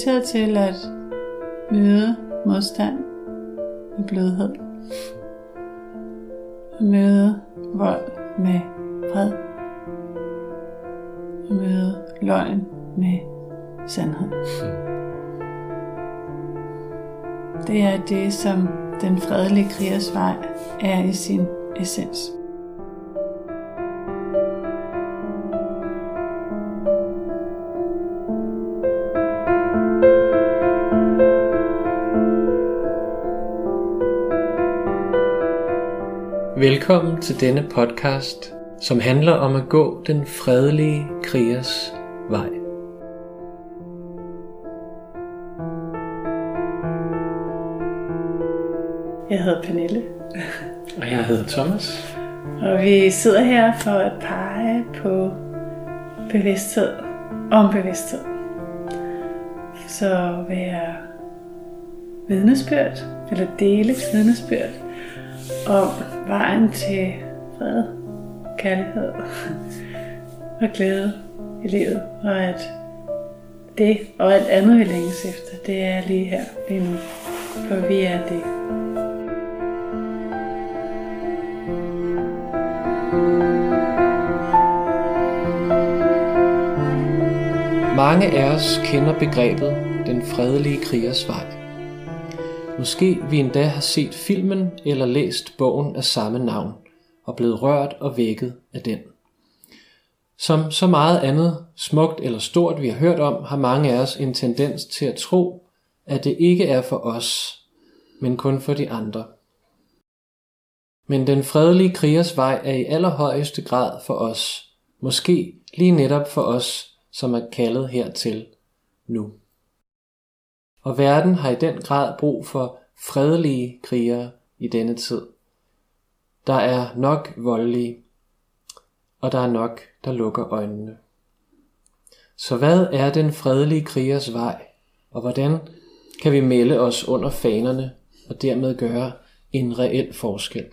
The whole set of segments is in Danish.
inviteret til at møde modstand med blødhed. Og møde vold med fred. Og møde løgn med sandhed. Det er det, som den fredelige krigers vej er i sin essens. Velkommen til denne podcast, som handler om at gå den fredelige krigers vej. Jeg hedder Pernille. Og jeg hedder Thomas. Og vi sidder her for at pege på bevidsthed om bevidsthed. Så være vidnesbyrd, eller dele vidnesbyrd om vejen til fred, kærlighed og glæde i livet. Og at det og alt andet vi længes efter, det er lige her, lige nu. For vi er det. Mange af os kender begrebet den fredelige krigers vej. Måske vi endda har set filmen eller læst bogen af samme navn og blevet rørt og vækket af den. Som så meget andet smukt eller stort vi har hørt om, har mange af os en tendens til at tro, at det ikke er for os, men kun for de andre. Men den fredelige krigers vej er i allerhøjeste grad for os, måske lige netop for os, som er kaldet hertil nu. Og verden har i den grad brug for fredelige krigere i denne tid. Der er nok voldelige, og der er nok, der lukker øjnene. Så hvad er den fredelige krigers vej, og hvordan kan vi melde os under fanerne og dermed gøre en reel forskel?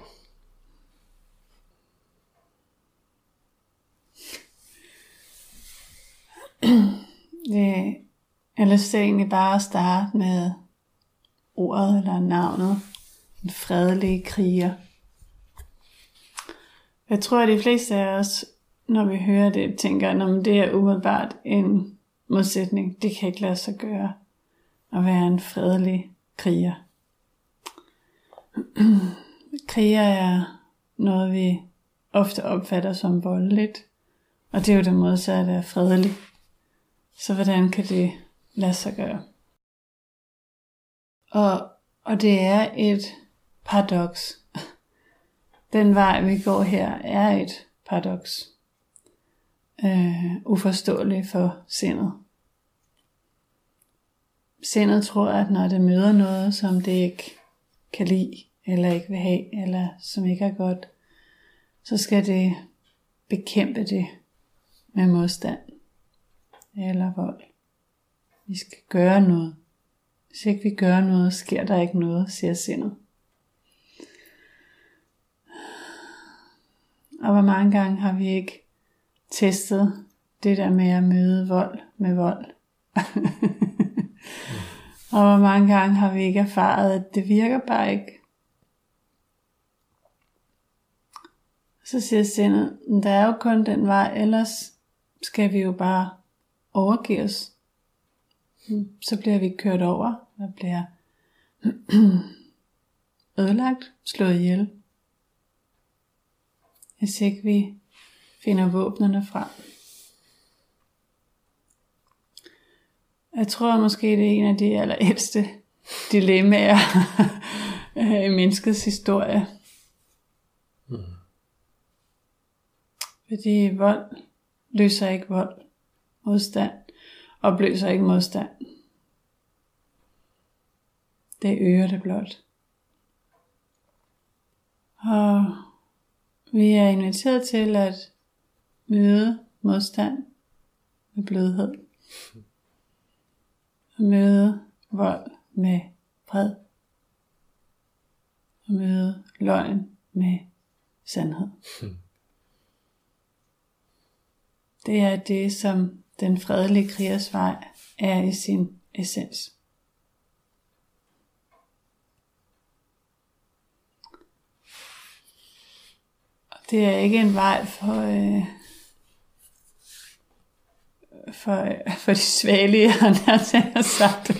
Jeg har lyst til egentlig bare at starte med ordet eller navnet, den fredelige kriger. Jeg tror, at de fleste af os, når vi hører det, tænker, at det er umiddelbart en modsætning. Det kan ikke lade sig gøre at være en fredelig kriger. Kriger er noget, vi ofte opfatter som voldeligt, og det er jo det modsatte af fredelig. Så hvordan kan det lade sig gøre? Og det er et paradoks. Den vej vi går her er et paradoks. Uforståeligt for sindet. Sindet tror, at når det møder noget, som det ikke kan lide, eller ikke vil have, eller som ikke er godt, så skal det bekæmpe det med modstand eller vold. Vi skal gøre noget. Hvis ikke vi gør noget, sker der ikke noget, siger sindet. Og hvor mange gange har vi ikke testet det der med at møde vold med vold? Og hvor mange gange har vi ikke erfaret, at det virker bare ikke? Så siger sindet, der er jo kun den vej, ellers skal vi jo bare overgive os. Så bliver vi kørt over og bliver ødelagt, slået ihjel. Hvis ikke vi finder våbnerne frem. Jeg tror måske det er en af de allerældste dilemmaer i menneskets historie. Fordi vold løser ikke vold. Modstand opløser ikke modstand. Det øger det blot. Og vi er inviteret til at møde modstand med blødhed. Og møde vold med fred. Og møde løgn med sandhed. Det er det, som den fredelige krigers vej er i sin essens. Og det er ikke en vej for de svagelige, han har sagt.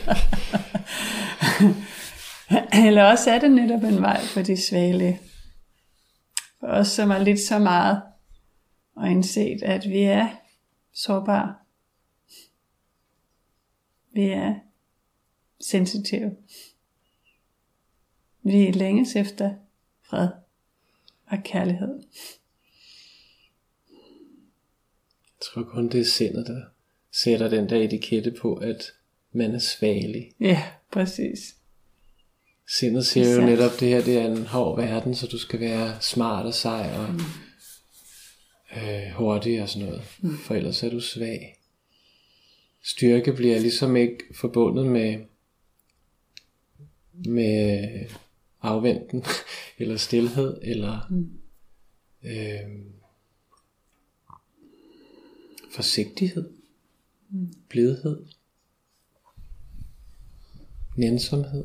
Eller også er det netop en vej for de svagelige. For os, som har lidt så meget og indset, at vi er sårbare. Vi er sensitive. Vi længes efter fred og kærlighed. Jeg tror kun det er sindet, der sætter den der etikette på, at man er svagelig. Ja, præcis. Sindet siger jo netop, det her det er en hård verden, så du skal være smart og sej og hurtig og sådan noget. For ellers er du svag. Styrke bliver ligesom ikke forbundet med afventen, eller stilhed, eller forsigtighed, blidhed, nænsomhed.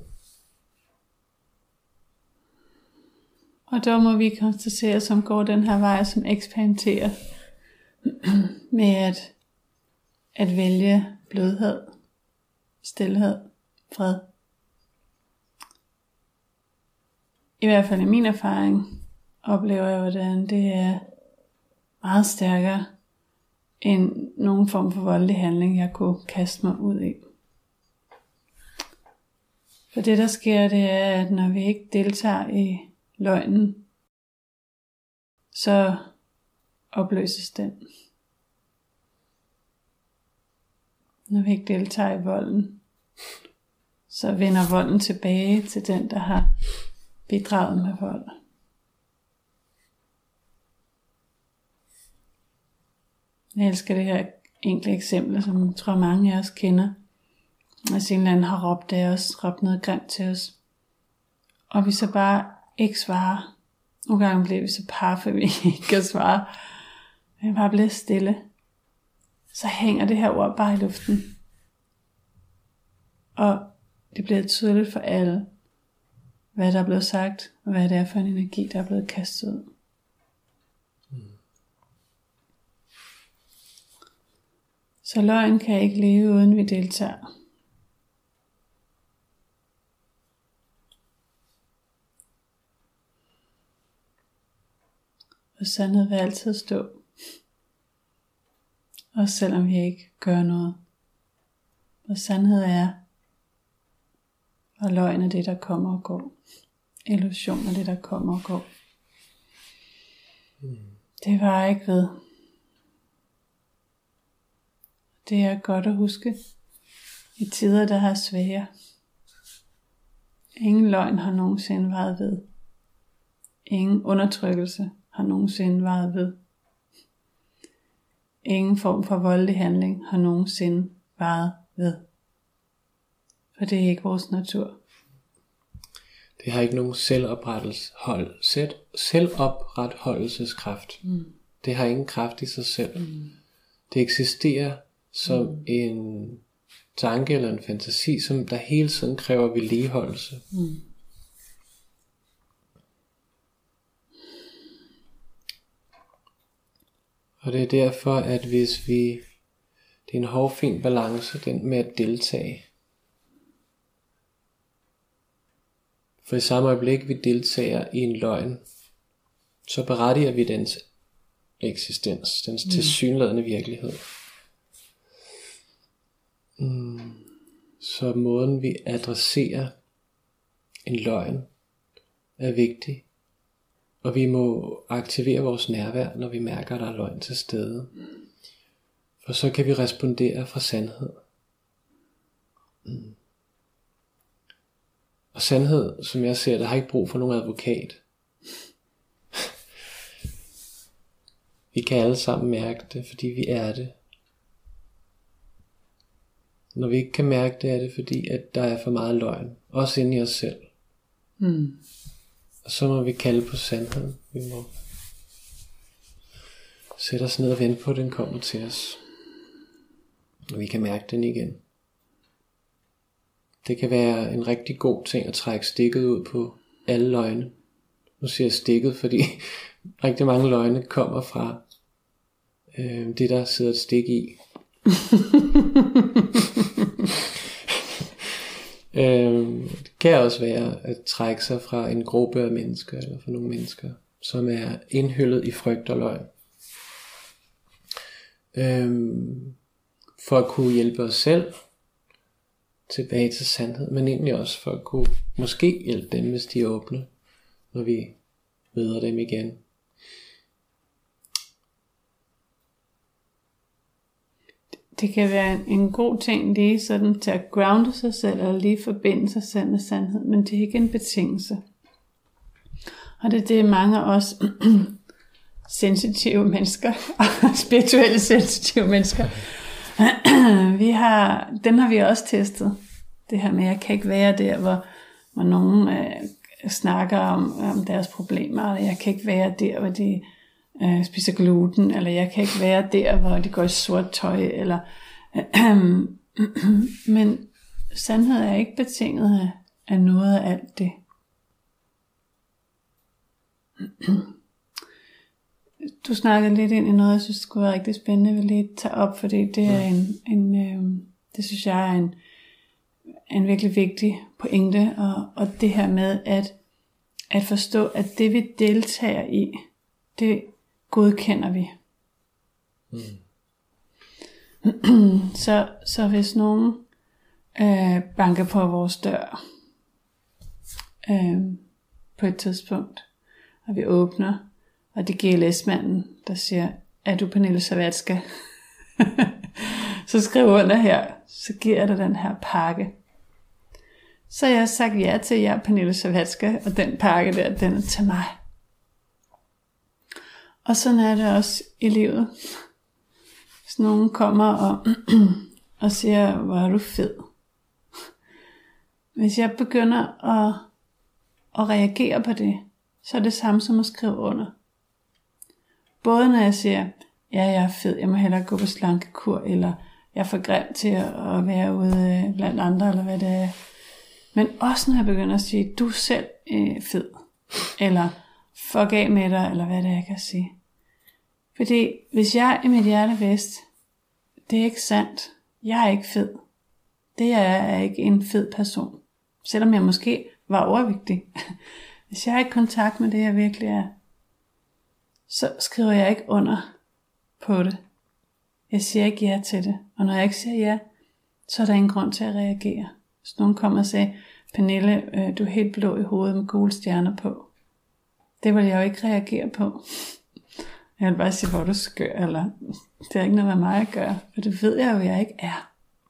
Og der må vi konstatere, som går den her vej, som eksperimenterer med at vælge blødhed, stilhed, fred. I hvert fald i min erfaring oplever jeg, hvordan det er meget stærkere end nogen form for voldelig handling, jeg kunne kaste mig ud i. For det der sker, det er, at når vi ikke deltager i løgnen, så opløses den. Når vi ikke deltager i volden, så vender volden tilbage til den, der har bidraget med vold. Jeg elsker det her enkle eksempel, som jeg tror mange af os kender. Hvis en eller anden har råbt af os, råbt noget grimt til os, og vi så bare ikke svarer. Nogle gange bliver vi så paffe, at vi ikke kan svare. Vi bare bliver stille. Så hænger det her ord bare i luften. Og det bliver tydeligt for alle, hvad der er blevet sagt, og hvad det er for en energi, der er blevet kastet ud. Så løgn kan ikke leve, uden vi deltager. Og sandhed vil altid stå. Også selvom vi ikke gør noget. Og sandhed er, og løgn er det, der kommer og går. Illusion er det, der kommer og går. Det var ikke ved. Det er godt at huske i tider, der har svære. Ingen løgn har nogensinde varet ved. Ingen undertrykkelse har nogensinde varet ved. Ingen form for voldelig handling har nogensinde varet ved. For det er ikke vores natur. Det har ikke nogen selvopretholdelseskraft. Det har ingen kraft i sig selv. Det eksisterer som en tanke eller en fantasi, som der hele tiden kræver vedligeholdelse. Og det er derfor, at hvis vi, det er en hårfin balance, den med at deltage. For i samme øjeblik, vi deltager i en løgn, så berettiger vi dens eksistens, dens tilsyneladende virkelighed. Så måden vi adresserer en løgn er vigtig. Og vi må aktivere vores nærvær, når vi mærker, at der er løgn til stede. For så kan vi respondere fra sandhed. Og sandhed, som jeg ser det, har ikke brug for nogen advokat. Vi kan alle sammen mærke det, fordi vi er det. Når vi ikke kan mærke det, er det fordi, at der er for meget løgn. Også inde i os selv. Og så må vi kalde på sandheden. Vi må sætte os ned og vente på, at den kommer til os. Og vi kan mærke den igen. Det kan være en rigtig god ting at trække stikket ud på alle løgne. Nu siger jeg stikket, fordi rigtig mange løgne kommer fra det, der sidder et stik i. Det kan også være at trække sig fra en gruppe af mennesker, eller fra nogle mennesker, som er indhyllet i frygt og løgn. For at kunne hjælpe os selv tilbage til sandhed, men egentlig også for at kunne måske hjælpe dem, hvis de er åbne, når vi møder dem igen. Det kan være en god ting lige sådan til at grounde sig selv, eller lige forbinde sig selv med sandhed, men det er ikke en betingelse. Og det er det, mange af os sensitive mennesker, spirituelle sensitive mennesker, den har vi også testet. Det her med, at jeg kan ikke være der, hvor nogen snakker om deres problemer, eller jeg kan ikke være der, hvor de spiser gluten, eller jeg kan ikke være der, hvor de går i sort tøj, eller men sandhed er ikke betinget af noget af alt det. Du snakkede lidt ind i noget, jeg synes skulle være rigtig spændende, jeg vil lige tage op, fordi det er det synes jeg er en virkelig vigtig pointe, og det her med at forstå, at det vi deltager i, det godkender vi. Så hvis nogen banker på vores dør på et tidspunkt, og vi åbner, og det er GLS-manden, der siger, er du Pernille Savatska? Så skriv under her, så giver jeg dig den her pakke. Så jeg har sagt ja til, jeg er Pernille Savatska, og den pakke der, den er til mig. Og sådan er det også i livet. Hvis nogen kommer og siger, hvor er du fed. Hvis jeg begynder at reagere på det, så er det samme som at skrive under. Både når jeg siger, ja, jeg er fed, jeg må hellere gå på slankekur, eller jeg er for grim til at være ude blandt andre, eller hvad det er. Men også når jeg begynder at sige, du er selv fed, eller fuck af med dig, eller hvad det er, jeg kan sige. Fordi hvis jeg i mit hjerte vidste, det er ikke sandt, jeg er ikke fed. Det er ikke en fed person. Selvom jeg måske var overvægtig. Hvis jeg er i kontakt med det, jeg virkelig er, så skriver jeg ikke under på det. Jeg siger ikke ja til det. Og når jeg ikke siger ja, så er der ingen grund til at reagere. Hvis nogen kommer og siger, Pernille, du er helt blå i hovedet med gule stjerner på. Det vil jeg jo ikke reagere på. Jeg vil bare sige, hvor du skør, eller det er ikke noget med mig at gøre, for det ved jeg jo, jeg ikke er.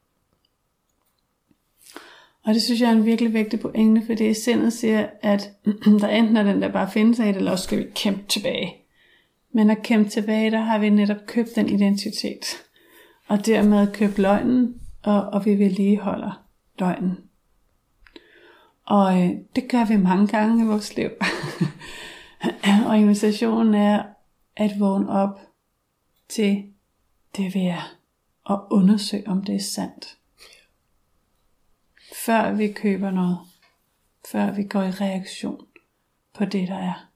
Og det synes jeg er en virkelig vigtig pointe, fordi sindet siger, at der enten er den, der bare findes af det, eller også skal vi kæmpe tilbage. Men at kæmpe tilbage, der har vi netop købt den identitet, og dermed købt løgnen, og vi vedligeholder løgnen. Og det gør vi mange gange i vores liv. Og invitationen er at vågne op til det ved at undersøge, om det er sandt. Før vi køber noget. Før vi går i reaktion på det, der er.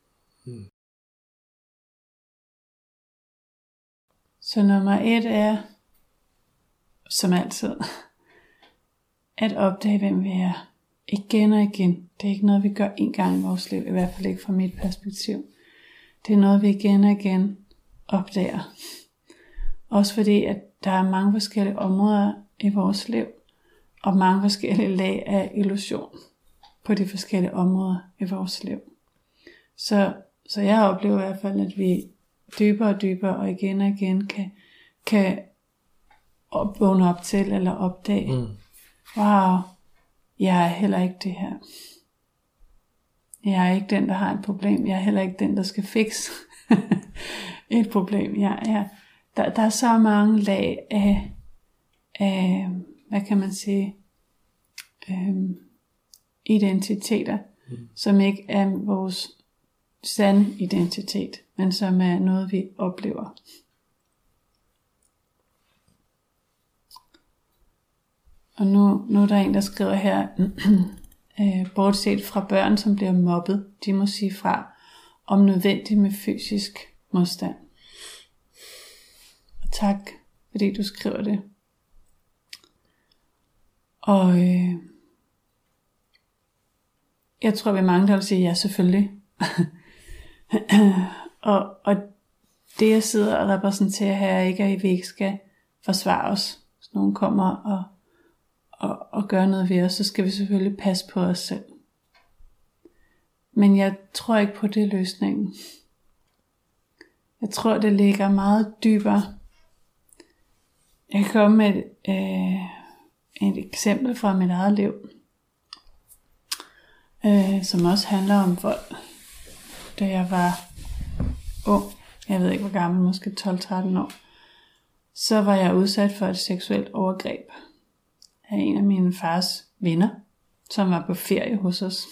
Så nummer 1 er, som altid, at opdage, hvem vi er. Igen og igen. Det er ikke noget, vi gør en gang i vores liv, i hvert fald ikke fra mit perspektiv. Det er noget, vi igen og igen opdager. Også fordi, at der er mange forskellige områder i vores liv, og mange forskellige lag af illusion på de forskellige områder i vores liv. Så jeg oplever i hvert fald, at vi dybere og dybere og igen kan vågne op til eller opdage, wow, jeg er heller ikke det her. Jeg er ikke den, der har et problem. Jeg er heller ikke den, der skal fikse et problem. Der er så mange lag af hvad kan man sige, identiteter, som ikke er vores sande identitet, men som er noget, vi oplever. Og nu er der en, der skriver her, bortset fra børn, som bliver mobbet, de må sige fra, om nødvendigt med fysisk modstand. Og tak, fordi du skriver det. Og jeg tror, vi er mange, der vil sige, ja, selvfølgelig. og det, jeg sidder og repræsenterer her, er ikke, at vi ikke skal forsvare os. Hvis nogen kommer og gør noget ved os, så skal vi selvfølgelig passe på os selv. Men jeg tror ikke på, det er løsningen. Jeg tror, det ligger meget dybere. Jeg kan komme med et eksempel fra mit eget liv, som også handler om vold. Da jeg var ung, jeg ved ikke hvor gammel, måske 12-13 år, så var jeg udsat for et seksuelt overgreb af en af mine fars venner, som var på ferie hos os.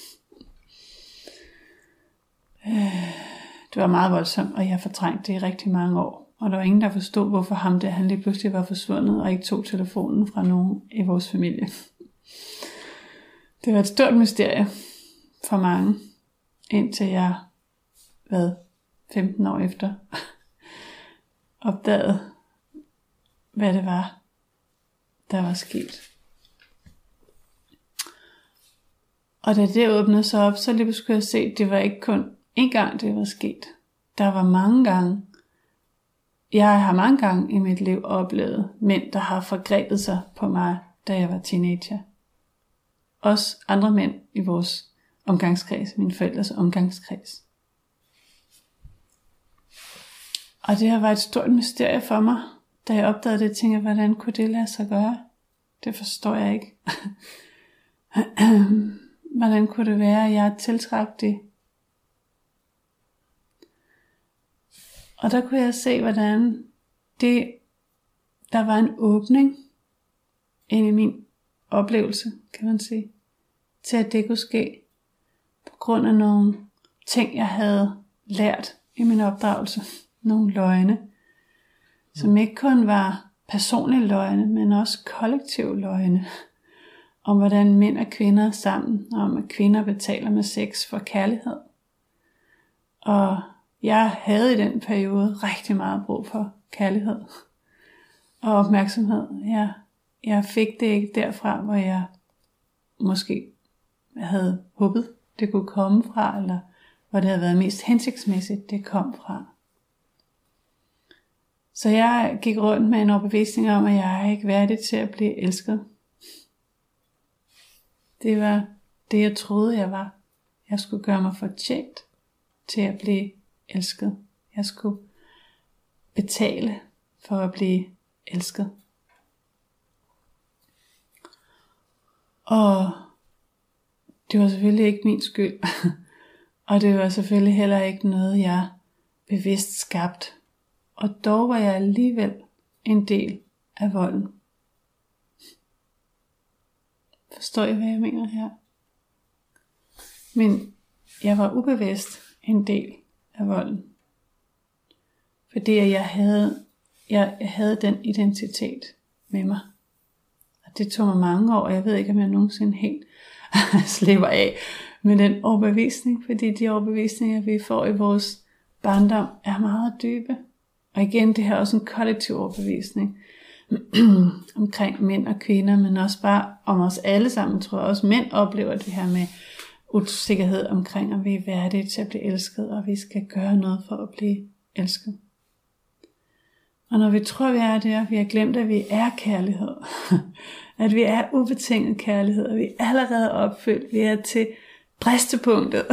Det var meget voldsomt, og jeg fortrængte det i rigtig mange år. Og der var ingen, der forstod, hvorfor han lige pludselig var forsvundet, og ikke tog telefonen fra nogen i vores familie. Det var et stort mysterie for mange, indtil jeg, 15 år efter, opdagede, hvad det var, der var sket. Og da det åbnede sig op, så lige pludselig kunne jeg se, at det var ikke kun én gang, det var sket. Der var mange gange. Jeg har mange gange i mit liv oplevet mænd, der har forgrebet sig på mig, da jeg var teenager. Også andre mænd i vores omgangskreds, mine forældres omgangskreds. Og det her var et stort mysterie for mig. Da jeg opdagede det, tænkte jeg, hvordan kunne det lade sig gøre? Det forstår jeg ikke. Hvordan kunne det være, at jeg tiltrak det? Og der kunne jeg se, hvordan der var en åbning ind i min oplevelse, kan man sige, til at det kunne ske, på grund af nogle ting, jeg havde lært i min opdragelse. Nogle løgne, som ikke kun var personlige løgne, men også kollektive løgne. Om hvordan mænd og kvinder er sammen, og om at kvinder betaler med sex for kærlighed. Og jeg havde i den periode rigtig meget brug for kærlighed og opmærksomhed. Jeg fik det ikke derfra, hvor jeg måske havde håbet, det kunne komme fra, eller hvor det havde været mest hensigtsmæssigt, det kom fra. Så jeg gik rundt med en overbevisning om, at jeg er ikke værdig til at blive elsket. Det var det, jeg troede, jeg var. Jeg skulle gøre mig fortjent til at blive elsket. Jeg skulle betale for at blive elsket. Og det var selvfølgelig ikke min skyld. Og det var selvfølgelig heller ikke noget, jeg bevidst skabte. Og dog var jeg alligevel en del af volden. Forstår I, hvad jeg mener her? Men jeg var ubevidst en del af volden. Fordi jeg havde den identitet med mig. Og det tog mig mange år, og jeg ved ikke, om jeg nogensinde helt slipper af med den overbevisning. Fordi de overbevisninger, vi får i vores barndom, er meget dybe. Og igen, det her er også en kollektiv overbevisning omkring mænd og kvinder, men også bare om os alle sammen, tror jeg også mænd oplever det her med usikkerhed omkring, at vi er værdige til at blive elsket, og vi skal gøre noget for at blive elsket. Og når vi tror, vi er det, og vi har glemt, at vi er kærlighed, at vi er ubetinget kærlighed, og vi er allerede opfyldt, vi er til bristepunktet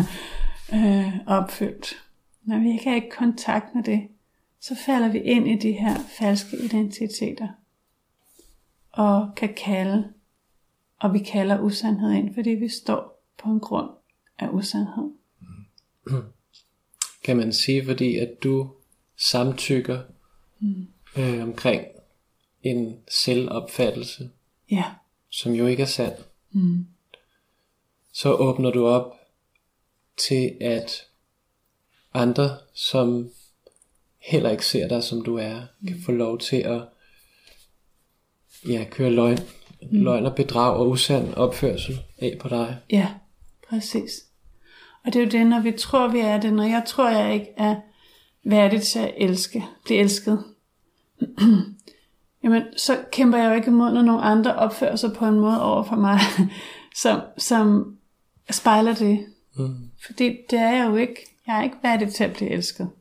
opfyldt. Når vi ikke er i kontakt med det, så falder vi ind i de her falske identiteter. Og kan kalde, og vi kalder usandhed ind, fordi vi står på en grund af usandhed. Kan man sige, fordi at du samtykker omkring en selvopfattelse, ja, som jo ikke er sand, så åbner du op til, at andre, som heller ikke ser dig, som du er, kan få lov til at køre løgn løgn og bedrag og usand opførsel af på dig. Ja, præcis. Og det er jo det, når vi tror, vi er det. Når jeg tror, jeg ikke er værdig til at blive elsket, jamen, så kæmper jeg jo ikke imod, når nogle andre opfører sig på en måde over for mig, som spejler det. Fordi det er jeg jo ikke. Jeg er ikke værdig til at blive elsket.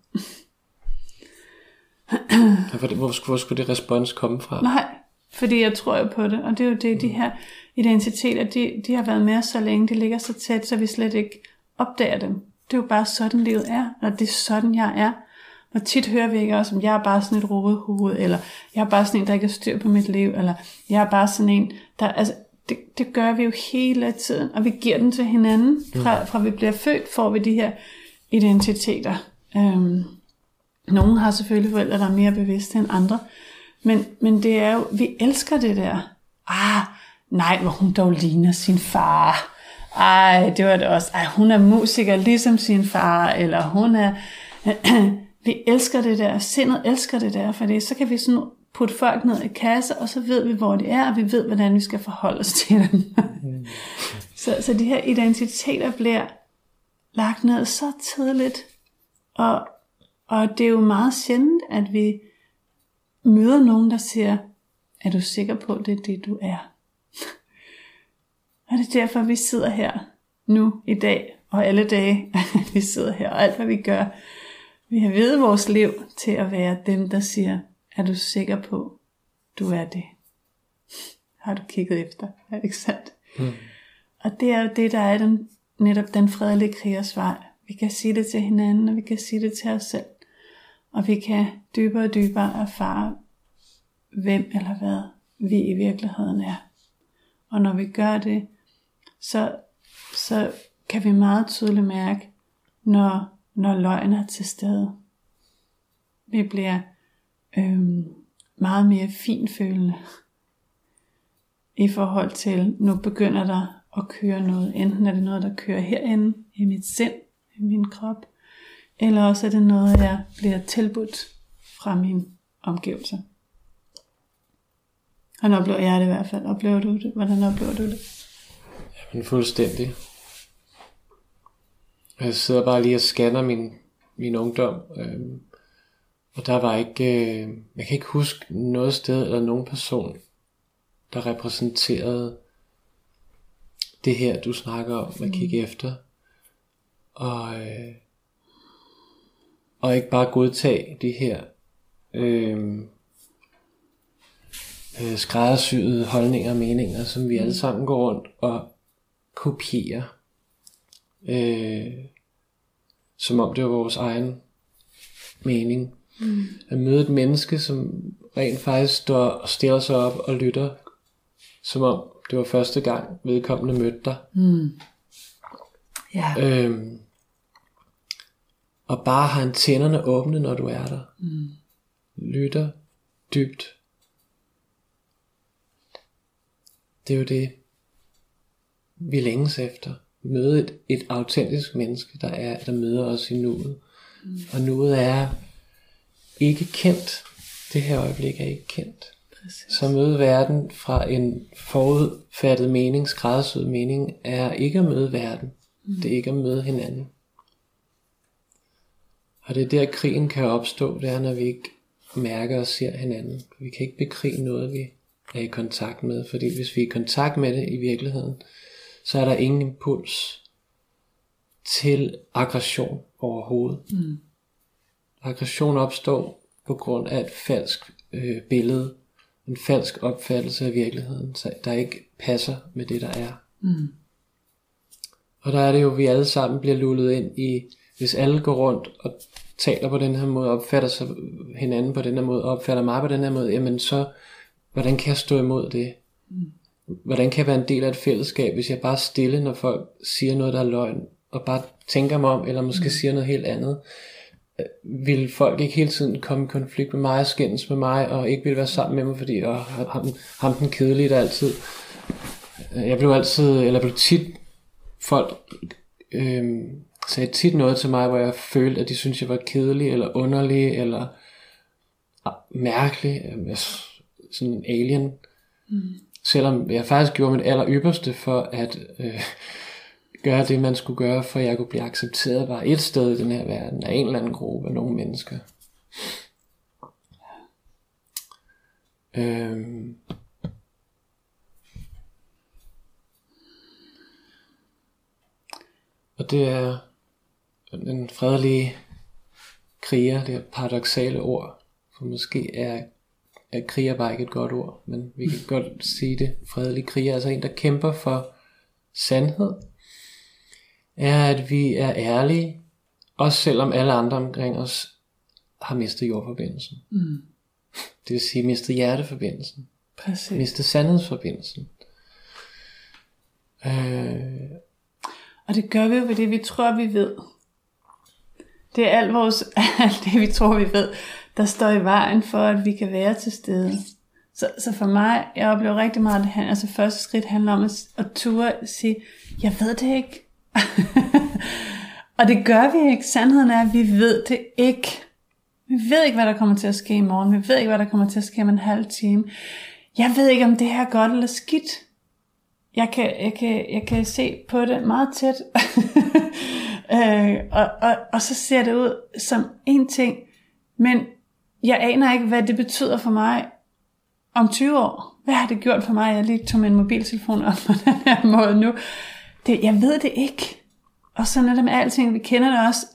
Hvor skulle det respons komme fra? Nej, fordi jeg tror jo på det. Og det er jo det, de her identiteter, de har været med os så længe. De ligger så tæt, så vi slet ikke opdager dem. Det er jo bare sådan, livet er. Og det er sådan, jeg er. Og tit hører vi ikke også, om jeg er bare sådan et rodet hoved, eller jeg er bare sådan en, der ikke har styr på mit liv, eller jeg er bare sådan en, der... Altså, det gør vi jo hele tiden, og vi giver den til hinanden. Fra vi bliver født, får vi de her identiteter. Nogle har selvfølgelig forældre, der er mere bevidste end andre, men det er jo, vi elsker det der. Nej, hvor hun dog ligner sin far. Det var det også. Hun er musiker ligesom sin far, eller hun er... Vi elsker det der, sindet elsker det der, for så kan vi sådan putte folk ned i kasse, og så ved vi, hvor de er, og vi ved, hvordan vi skal forholde os til dem. Så de her identiteter bliver lagt ned så tidligt, og det er jo meget sjældent, at vi møder nogen, der siger, er du sikker på, at det er det, du er? Og det er derfor, vi sidder her nu i dag, og alle dage, vi sidder her, og alt hvad vi gør, vi har videt vores liv til at være dem, der siger, er du sikker på, du er det? Har du kigget efter? Er det ikke sandt? Og det er jo det, der er netop den fredelige krigers vej. Vi kan sige det til hinanden, og vi kan sige det til os selv. Og vi kan dybere og dybere erfare, hvem eller hvad vi i virkeligheden er. Og når vi gør det, så kan vi meget tydeligt mærke, når løgn er til stede. Vi bliver meget mere finfølende i forhold til, nu begynder der at køre noget. Enten er det noget, der kører herinde i mit sind, i min krop, eller også er det noget, jeg bliver tilbudt fra mine omgivelser. Hvordan oplever jeg det i hvert fald? Oplever du det? Hvordan oplever du det? Jamen fuldstændig. Jeg sidder bare lige og scanner min ungdom, og der var ikke, jeg kan ikke huske noget sted eller nogen person, der repræsenterede det her, du snakker om at kigge efter, og ikke bare godtage de her skræddersyede holdninger og meninger, som vi alle sammen går rundt og kopierer, som om det var vores egen mening. At møde et menneske, som rent faktisk står og stiller sig op og lytter, som om det var første gang vedkommende mødte dig. Og bare har antennerne åbne, når du er der. Lytter dybt. Det er jo det, vi længes efter. Møde et autentisk menneske, der møder os i nuet. Og nuet er ikke kendt. Det her øjeblik er ikke kendt. Præcis. Så møde verden fra en forudfattet mening, skræddersyet mening, er ikke at møde verden. Det er ikke at møde hinanden. Og det er der krigen kan opstå, det er når vi ikke mærker og ser hinanden. Vi kan ikke bekrige noget, vi er i kontakt med, fordi hvis vi er i kontakt med det i virkeligheden, så er der ingen impuls til aggression overhovedet. Aggression opstår på grund af et falsk billede, en falsk opfattelse af virkeligheden, der ikke passer med det, der er. Og der er det jo, vi alle sammen bliver lullet ind i, hvis alle går rundt og taler på den her måde, opfatter sig hinanden på den her måde, opfatter mig på den her måde, jamen så, hvordan kan jeg stå imod det? Hvordan kan jeg være en del af et fællesskab, hvis jeg bare er stille, når folk siger noget, der er løgn, og bare tænker mig om, eller måske siger noget helt andet? Vil folk ikke hele tiden komme i konflikt med mig og skændes med mig, og ikke vil være sammen med mig, fordi ham den kedelige, der altid... Jeg blev tit... Folk sagde tit noget til mig, hvor jeg følte, at de syntes, jeg var kedelig, eller underlig, eller mærkelig, sådan en alien, selvom jeg faktisk gjorde mit aller ypperste for at gøre det, man skulle gøre, for at jeg kunne blive accepteret bare et sted i den her verden, af en eller anden gruppe af nogle mennesker. Og det er den fredelige kriger, det er paradoksale ord, for måske er kriger bare ikke et godt ord, men vi kan godt sige det. Fredelig kriger, altså en, der kæmper for sandhed, er, at vi er ærlige, også selvom alle andre omkring os har mistet jordforbindelsen. Det vil sige mistet hjerteforbindelsen. Præcis. Mistet sandhedsforbindelsen. Og det gør vi jo, fordi vi tror, vi ved. Det er alt det, vi tror, vi ved, der står i vejen for, at vi kan være til stede. Så for mig, jeg oplever rigtig meget, altså første skridt handler om at ture sige, jeg ved det ikke. Og det gør vi ikke. Sandheden er, at vi ved det ikke. Vi ved ikke, hvad der kommer til at ske i morgen. Vi ved ikke, hvad der kommer til at ske om en halv time. Jeg ved ikke, om det her er godt eller skidt. Jeg kan se på det meget tæt. Og så ser det ud som en ting. Men jeg aner ikke, hvad det betyder for mig om 20 år. Hvad har det gjort for mig? Jeg lige tog min mobiltelefon op på den her måde nu. Jeg ved det ikke. Og sådan er det med alting. Vi kender det også.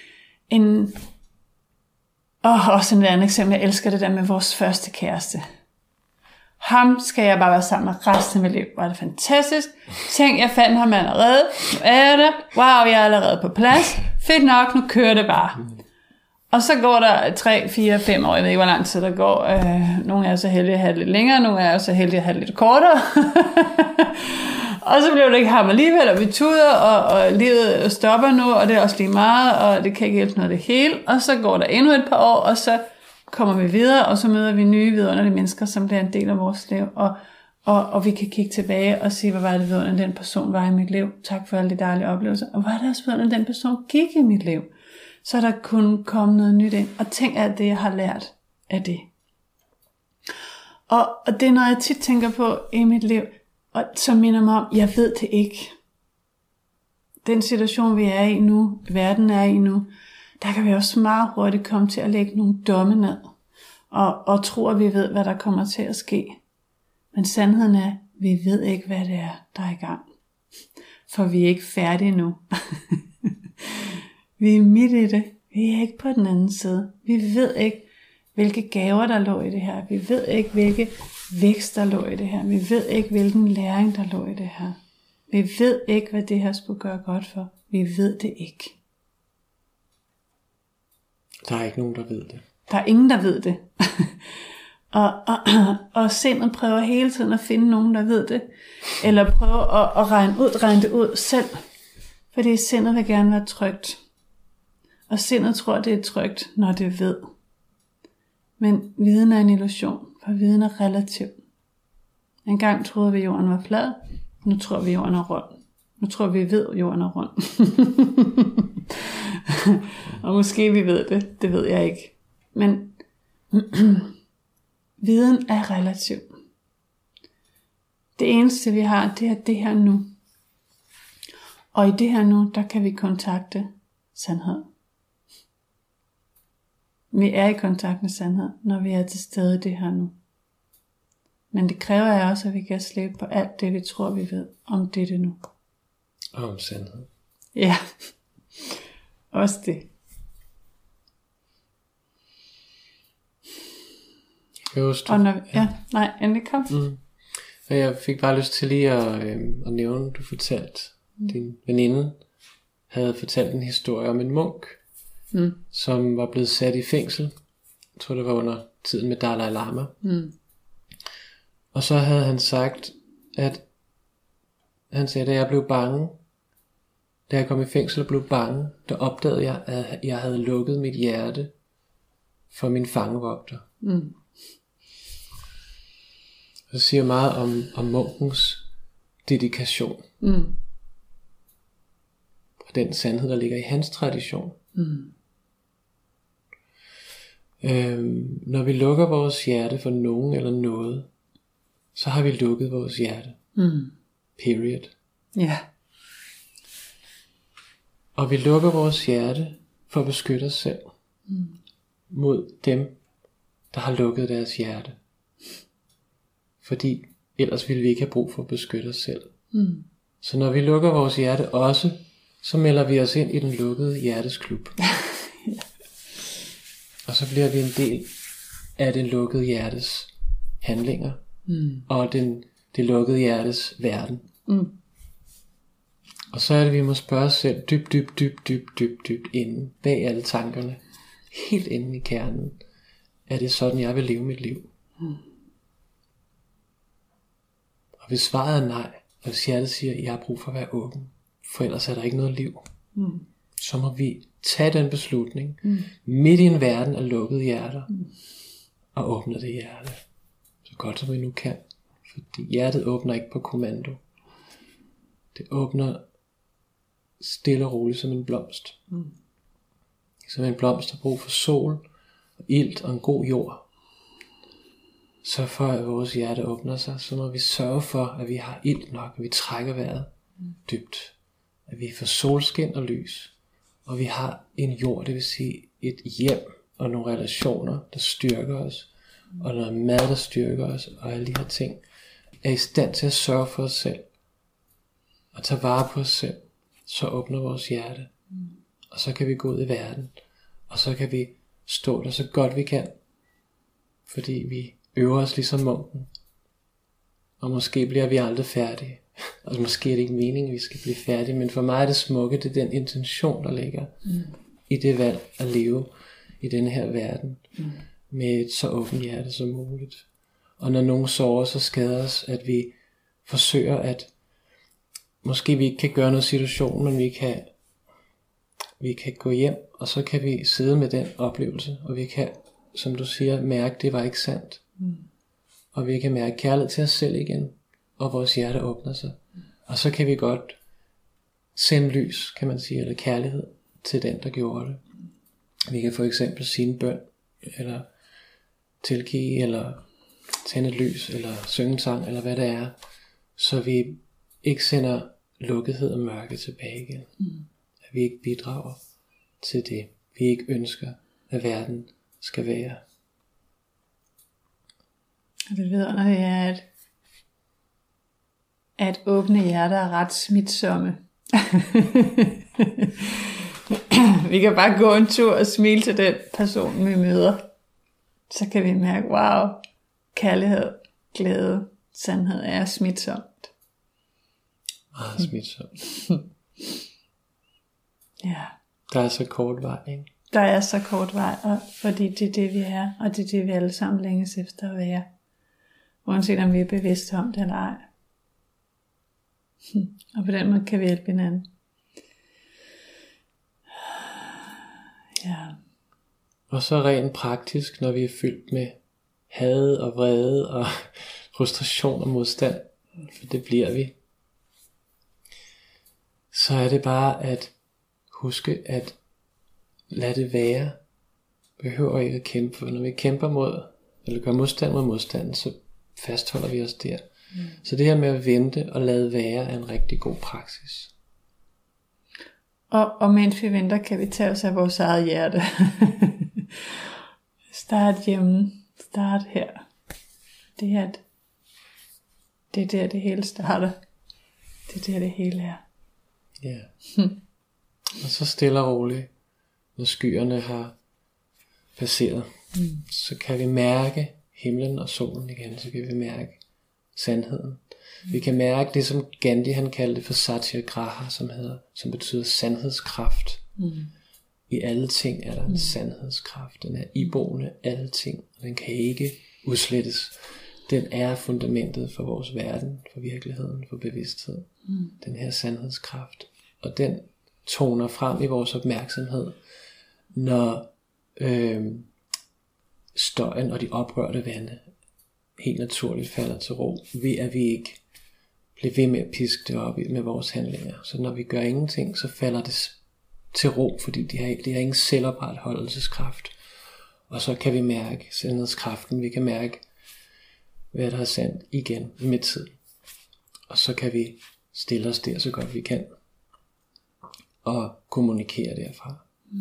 Også et andet eksempel. Jeg elsker det der med vores første kæreste. Ham skal jeg bare være sammen med resten af mit liv. Var det fantastisk. Tænk, jeg fandt ham allerede. Nu er det. Wow, jeg er allerede på plads. Fedt nok, nu kører det bare. Og så går der 3, 4, 5 år. Jeg ved ikke, hvor lang tid der går. Nogle er så heldige at have det lidt længere. Nogle er så heldige at have det lidt kortere. Og så blev det ikke ham alligevel, og vi tuder, og livet stopper nu, og det er også lige meget, og det kan ikke hjælpe noget det hele. Og så går der endnu et par år, og så kommer vi videre, og så møder vi nye vidunderlige mennesker, som bliver en del af vores liv. Og vi kan kigge tilbage og sige, hvad var det vidunderligt, den person var i mit liv. Tak for alle de dejlige oplevelser. Og hvad er det også vidunderligt, den person gik i mit liv. Så er der kun kommet noget nyt ind. Og tænk alt det, jeg har lært af det. Og det er noget, jeg tit tænker på i mit liv, og som minder mig om, jeg ved det ikke. Den situation, vi er i nu, verden er i nu, der kan vi også meget hurtigt komme til at lægge nogle domme ned, og tro, at vi ved, hvad der kommer til at ske. Men sandheden er, vi ved ikke, hvad det er, der er i gang. For vi er ikke færdige nu. Vi er midt i det. Vi er ikke på den anden side. Vi ved ikke, hvilke gaver der lå i det her. Vi ved ikke, hvilke vækst der lå i det her. Vi ved ikke, hvilken læring der lå i det her. Vi ved ikke, hvad det her skulle gøre godt for. Vi ved det ikke. Der er ikke nogen, der ved det. Der er ingen, der ved det. og sindet prøver hele tiden at finde nogen, der ved det. Eller prøve at regne det ud selv. Fordi sindet vil gerne være trygt. Og sindet tror, det er trygt, når det ved. Men viden er en illusion, for viden er relativ. En gang troede vi, at jorden var flad. Nu tror vi, at jorden er rund. Nu tror vi ved, at jorden er rund. Og måske vi ved det. Det ved jeg ikke. Men viden er relativ. Det eneste vi har, det er det her nu. Og i det her nu, der kan vi kontakte sandhed. Vi er i kontakt med sandhed, når vi er til stede i det her nu. Men det kræver af os, at vi kan slippe på alt det, vi tror, vi ved om det nu. Og om sandhed. Ja, også det. Og når vi, endelig kom. Og jeg fik bare lyst til lige at nævne, du fortalte, din veninde havde fortalt en historie om en munk, som var blevet sat i fængsel. Jeg tror det var under tiden med Dalai Lama. Og så havde han sagt, at han sagde, at jeg blev bange. Da jeg kom i fængsel og blev bange, der opdagede jeg, at jeg havde lukket mit hjerte for min fangevogter. Det siger meget om munkens dedikation. Og den sandhed, der ligger i hans tradition. Når vi lukker vores hjerte for nogen eller noget, så har vi lukket vores hjerte. Period. Ja. Og vi lukker vores hjerte for at beskytte os selv mod dem, der har lukket deres hjerte. Fordi ellers ville vi ikke have brug for at beskytte os selv. Så når vi lukker vores hjerte også, så melder vi os ind i den lukkede hjertesklub. Og så bliver vi en del af det lukkede hjertes handlinger. Og det lukkede hjertes verden. Og så er det, vi må spørge os selv dybt inde, bag alle tankerne, helt inde i kernen. Er det sådan, jeg vil leve mit liv? Og hvis svaret er nej, og hvis hjertet siger, at jeg har brug for at være åben, for ellers er der ikke noget liv, så må vi tage den beslutning midt i en verden af lukkede hjerter, og åbne det hjerte, så godt som vi nu kan. Fordi hjertet åbner ikke på kommando. Det åbner stille og roligt som en blomst. Som en blomst har brug for sol, og ilt og en god jord. Så for at vores hjerte åbner sig, så må vi sørge for, at vi har ilt nok, at vi trækker vejret dybt. At vi får solskin og lys. Og vi har en jord, det vil sige et hjem og nogle relationer, der styrker os. Og noget mad, der styrker os, og alle de her ting. Er i stand til at sørge for os selv. Og tage vare på os selv. Så åbner vores hjerte. Og så kan vi gå ud i verden. Og så kan vi stå der så godt vi kan. Fordi vi øver os ligesom munken. Og måske bliver vi aldrig færdige. Og måske er det ikke meningen at vi skal blive færdige. Men for mig er det smukke, det er den intention der ligger i det valg at leve i denne her verden. Med et så åbent hjerte som muligt. Og når nogen sover, så skader os, at vi forsøger at, måske vi ikke kan gøre noget situation, men vi kan gå hjem, og så kan vi sidde med den oplevelse, og vi kan, som du siger, mærke, det var ikke sandt. Og vi kan mærke kærlighed til os selv igen, og vores hjerte åbner sig. Og så kan vi godt sende lys, kan man sige, eller kærlighed til den, der gjorde det. Vi kan for eksempel sige en bøn, eller tilgive, eller tænde et lys, eller synge en sang, eller hvad det er, så vi ikke sender lukkethed og mørke tilbage igen. At vi ikke bidrager til det, vi ikke ønsker, at verden skal være. Og det vidunderlige er, at åbne hjerter er ret smitsomme. Vi kan bare gå en tur og smile til den person, vi møder. Så kan vi mærke, wow, kærlighed, glæde, sandhed er smitsomt. Meget smitsomt. Ja. Der er så kort vej, ikke? Der er så kort vej, og fordi det er det vi er, og det er det vi alle sammen længes efter at være. Uanset om vi er bevidste om det eller ej. Og på den måde kan vi hjælpe hinanden. Ja. Og så rent praktisk, når vi er fyldt med had og vrede og frustration og modstand, for det bliver vi, så er det bare at huske at lade det være. Behøver ikke at kæmpe, for når vi kæmper mod, eller gør modstand mod modstanden, så fastholder vi os der. Så det her med at vente og lade være er en rigtig god praksis. Og mens vi venter, kan vi tage os af vores eget hjerte. Start hjemme. Start her. Det er der det hele starter. Det er der det hele er. Ja. Og så stille og roligt, når skyerne har passeret, så kan vi mærke himlen og solen igen. Så kan vi mærke sandheden. Vi kan mærke det, som Gandhi han kaldte for Satyagraha, som betyder sandhedskraft. I alle ting er der en sandhedskraft. Den er iboende alle ting, og den kan ikke udslettes. Den er fundamentet for vores verden, for virkeligheden, for bevidsthed. Den her sandhedskraft. Og den toner frem i vores opmærksomhed, når støjen og de oprørte vande helt naturligt falder til ro, ved at vi ikke bliver ved med at piske det op med vores handlinger. Så når vi gør ingenting, så falder det til ro, fordi det har ingen selvopretholdelseskraft. Og så kan vi mærke sandhedskraften, vi kan mærke hvad der er sandt igen i midtid. Og så kan vi stille os der så godt vi kan. Og kommunikere derfra.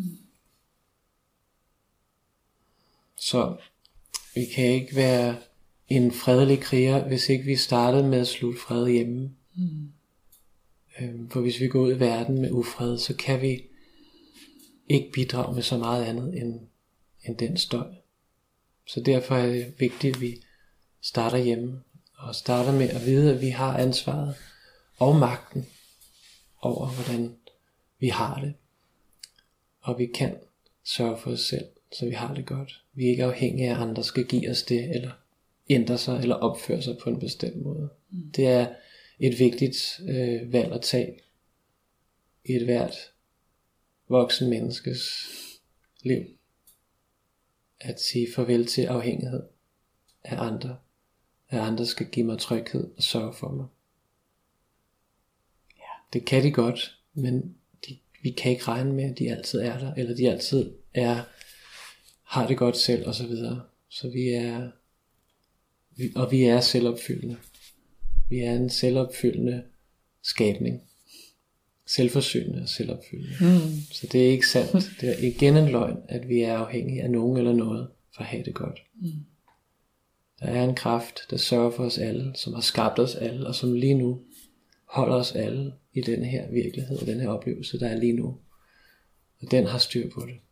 Så vi kan ikke være en fredelig kriger, hvis ikke vi startede med at slutte fred hjemme. For hvis vi går ud i verden med ufred, så kan vi ikke bidrage med så meget andet end den støj. Så derfor er det vigtigt, at vi starter hjemme, og starter med at vide, at vi har ansvaret og magten over, hvordan vi har det. Og vi kan sørge for os selv, så vi har det godt. Vi er ikke afhængige af, at andre skal give os det, eller ændre sig, eller opføre sig på en bestemt måde. Det er et vigtigt valg at tage i et hvert voksen menneskes liv. At sige farvel til afhængighed af andre. At andre skal give mig tryghed og sørge for mig. Det kan de godt, men vi kan ikke regne med, at de altid er der, eller de altid har det godt selv, og så videre. Så vi er selvopfyldende. Vi er en selvopfyldende skabning. Selvforsynende og selvopfyldende. Så det er ikke sandt. Det er igen en løgn, at vi er afhængige af nogen eller noget, for at have det godt. Der er en kraft, der sørger for os alle, som har skabt os alle, og som lige nu holder os alle i den her virkelighed, og den her oplevelse, der er lige nu. Og den har styr på det.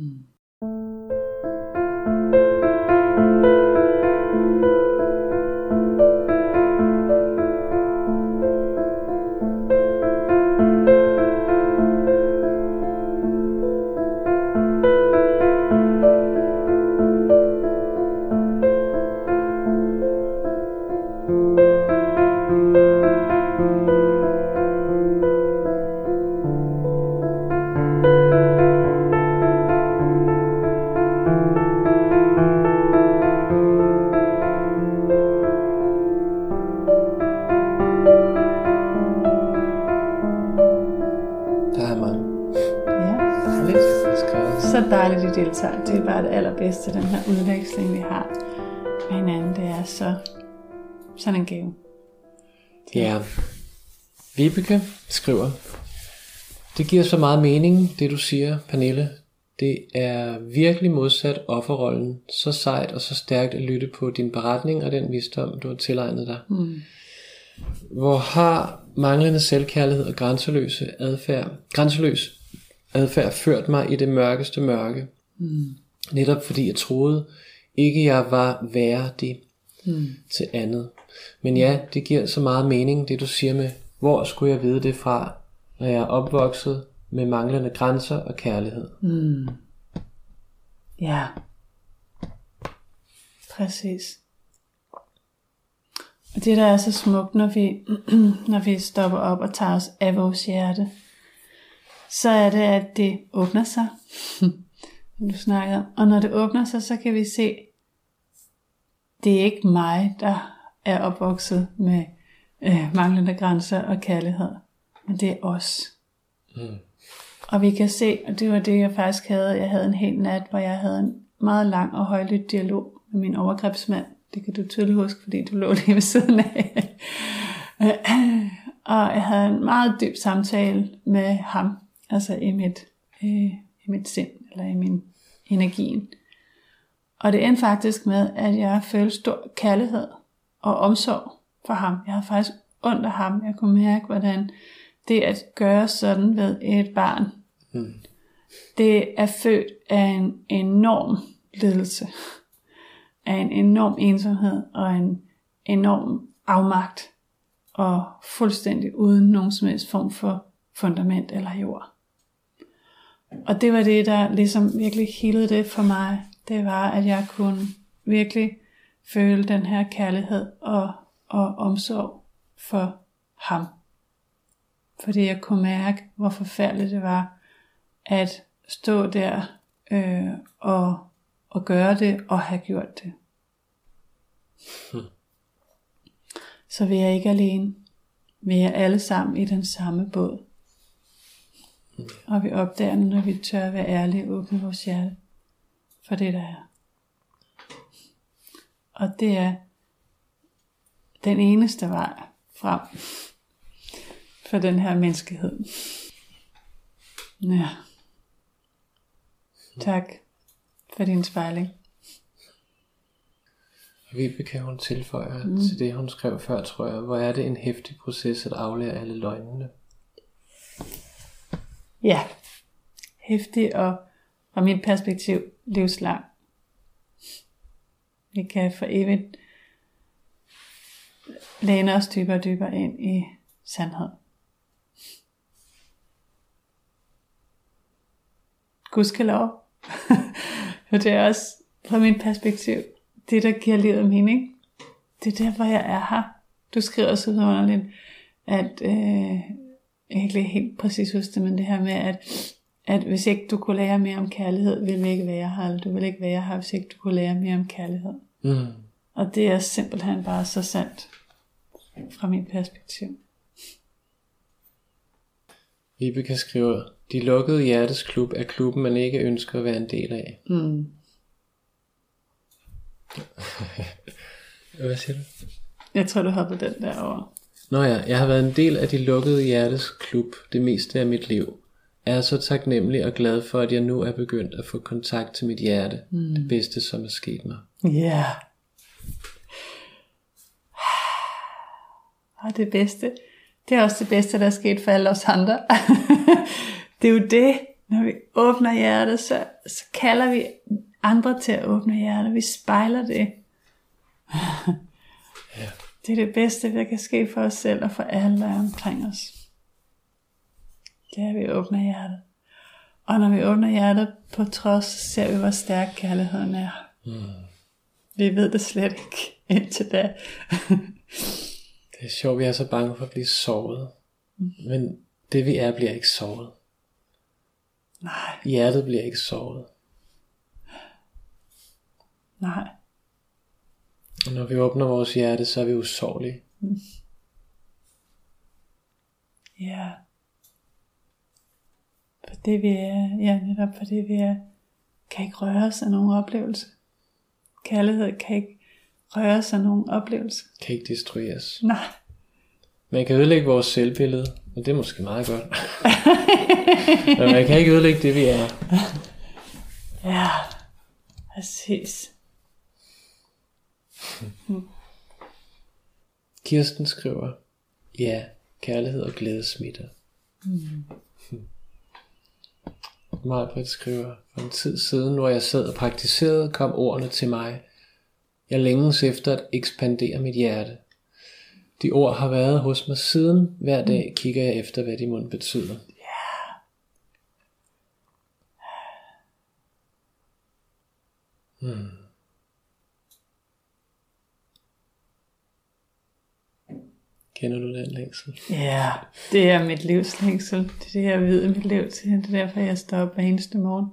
Så dejligt, I deltager. Det er bare det allerbedste, den her udveksling, vi har med hinanden. Det er sådan en gave. Ja. Vibeke skriver: det giver så meget mening, det du siger, Pernille. Det er virkelig modsat offerrollen. Så sejt og så stærkt at lytte på din beretning og den visdom, du har tilegnet dig. Hvor har manglende selvkærlighed og grænseløs adfærd ført mig i det mørkeste mørke. Netop fordi jeg troede ikke jeg var værdig til andet. Men ja, det giver så meget mening, det du siger med, hvor skulle jeg vide det fra, når jeg er opvokset med manglende grænser og kærlighed. Ja, præcis. Og det der er så smukt, når vi stopper op og tager os af vores hjerte, så er det, at det åbner sig, som du snakkede om. Og når det åbner sig, så kan vi se, det er ikke mig, der er opvokset med manglende grænser og kærlighed, men det er os. Og vi kan se, og det var det jeg faktisk havde, jeg havde en hel nat, hvor jeg havde en meget lang og højlydt dialog med min overgrebsmand. Det kan du tydeligt huske, fordi du lå lige ved siden af. Og jeg havde en meget dyb samtale med ham, altså i mit sind, eller i min energien. Og det endte faktisk med, at jeg følte stor kærlighed og omsorg for ham. Jeg havde faktisk ondt af ham. Jeg kunne mærke, hvordan det at gøre sådan ved et barn, det er født af en enorm lidelse, af en enorm ensomhed og en enorm afmagt, og fuldstændig uden nogen som helst form for fundament eller jord. Og det var det, der ligesom virkelig healede det for mig. Det var, at jeg kunne virkelig føle den her kærlighed og omsorg for ham. Fordi jeg kunne mærke, hvor forfærdeligt det var at stå der og gøre det og have gjort det. Så vi er ikke alene. Vi er alle sammen i den samme båd. Og vi opdager, når vi tør være ærlige og åbne vores hjerte for det der er. Og det er den eneste vej frem for den her menneskehed. Ja. Tak for din spejling. Vibeke, hun tilføjer til det, hun skrev før, tror jeg. Hvor er det en heftig proces at aflære alle løgnene? Ja. Heftig og fra mit perspektiv livslang. Vi kan for evigt læne os dybere og dybere ind i sandhed. Gudskelov. For det er også fra mit perspektiv det, der giver livet mening. Det er der, hvor jeg er her. Du skriver så underligt, at jeg kan ikke helt præcis huske det, men det her med, at hvis ikke du kunne lære mere om kærlighed, ville vi ikke være her. Eller du ville ikke være her, hvis ikke du kunne lære mere om kærlighed. Og det er simpelthen bare så sandt fra mit perspektiv. Vibeke skriver, de lukkede hjertes klub er klubben, man ikke ønsker at være en del af. Hvad siger du? Jeg tror, du hoppede den derovre. Nå ja, jeg har været en del af de lukkede hjertes klub det meste af mit liv. Jeg er så taknemmelig og glad for, at jeg nu er begyndt at få kontakt til mit hjerte. Det bedste, som er sket mig. Ja. Og det bedste, det er også det bedste, der er sket for alle os andre. Det er jo det, når vi åbner hjertet, så kalder vi andre til at åbne hjertet. Vi spejler det. Ja. Det er det bedste, der kan ske for os selv og for alle, der er omkring os. Det er, at vi åbner hjertet. Og når vi åbner hjertet på trods, så ser vi, hvor stærk kærligheden er. Vi ved det slet ikke indtil da. Det er sjovt, vi er så bange for at blive såret. Men det vi er, bliver ikke såret. Nej. Hjertet bliver ikke såret. Nej. Og når vi åbner vores hjerte, så er vi usårlige. Ja. For det vi er, ja, netop for det vi er, kan ikke røre os af nogen oplevelse. Kærlighed kan ikke røre os af nogen oplevelse. Kan ikke destrueres. Nej. Man kan ødelægge vores selvbillede, og det er måske meget godt. Men man kan ikke ødelægge det vi er. Ja, præcis. Kirsten skriver, ja, kærlighed og glæde smitter. Maj-Brit skriver, for en tid siden, hvor jeg sad og praktiserede, kom ordene til mig. Jeg længes efter at ekspandere mit hjerte. De ord har været hos mig siden. Hver dag kigger jeg efter, hvad de mon betyder. Kender du den længsel? Ja, det er mit livs længsel. Det er det, jeg ved i mit liv til. Det er derfor, jeg står op hver eneste morgen.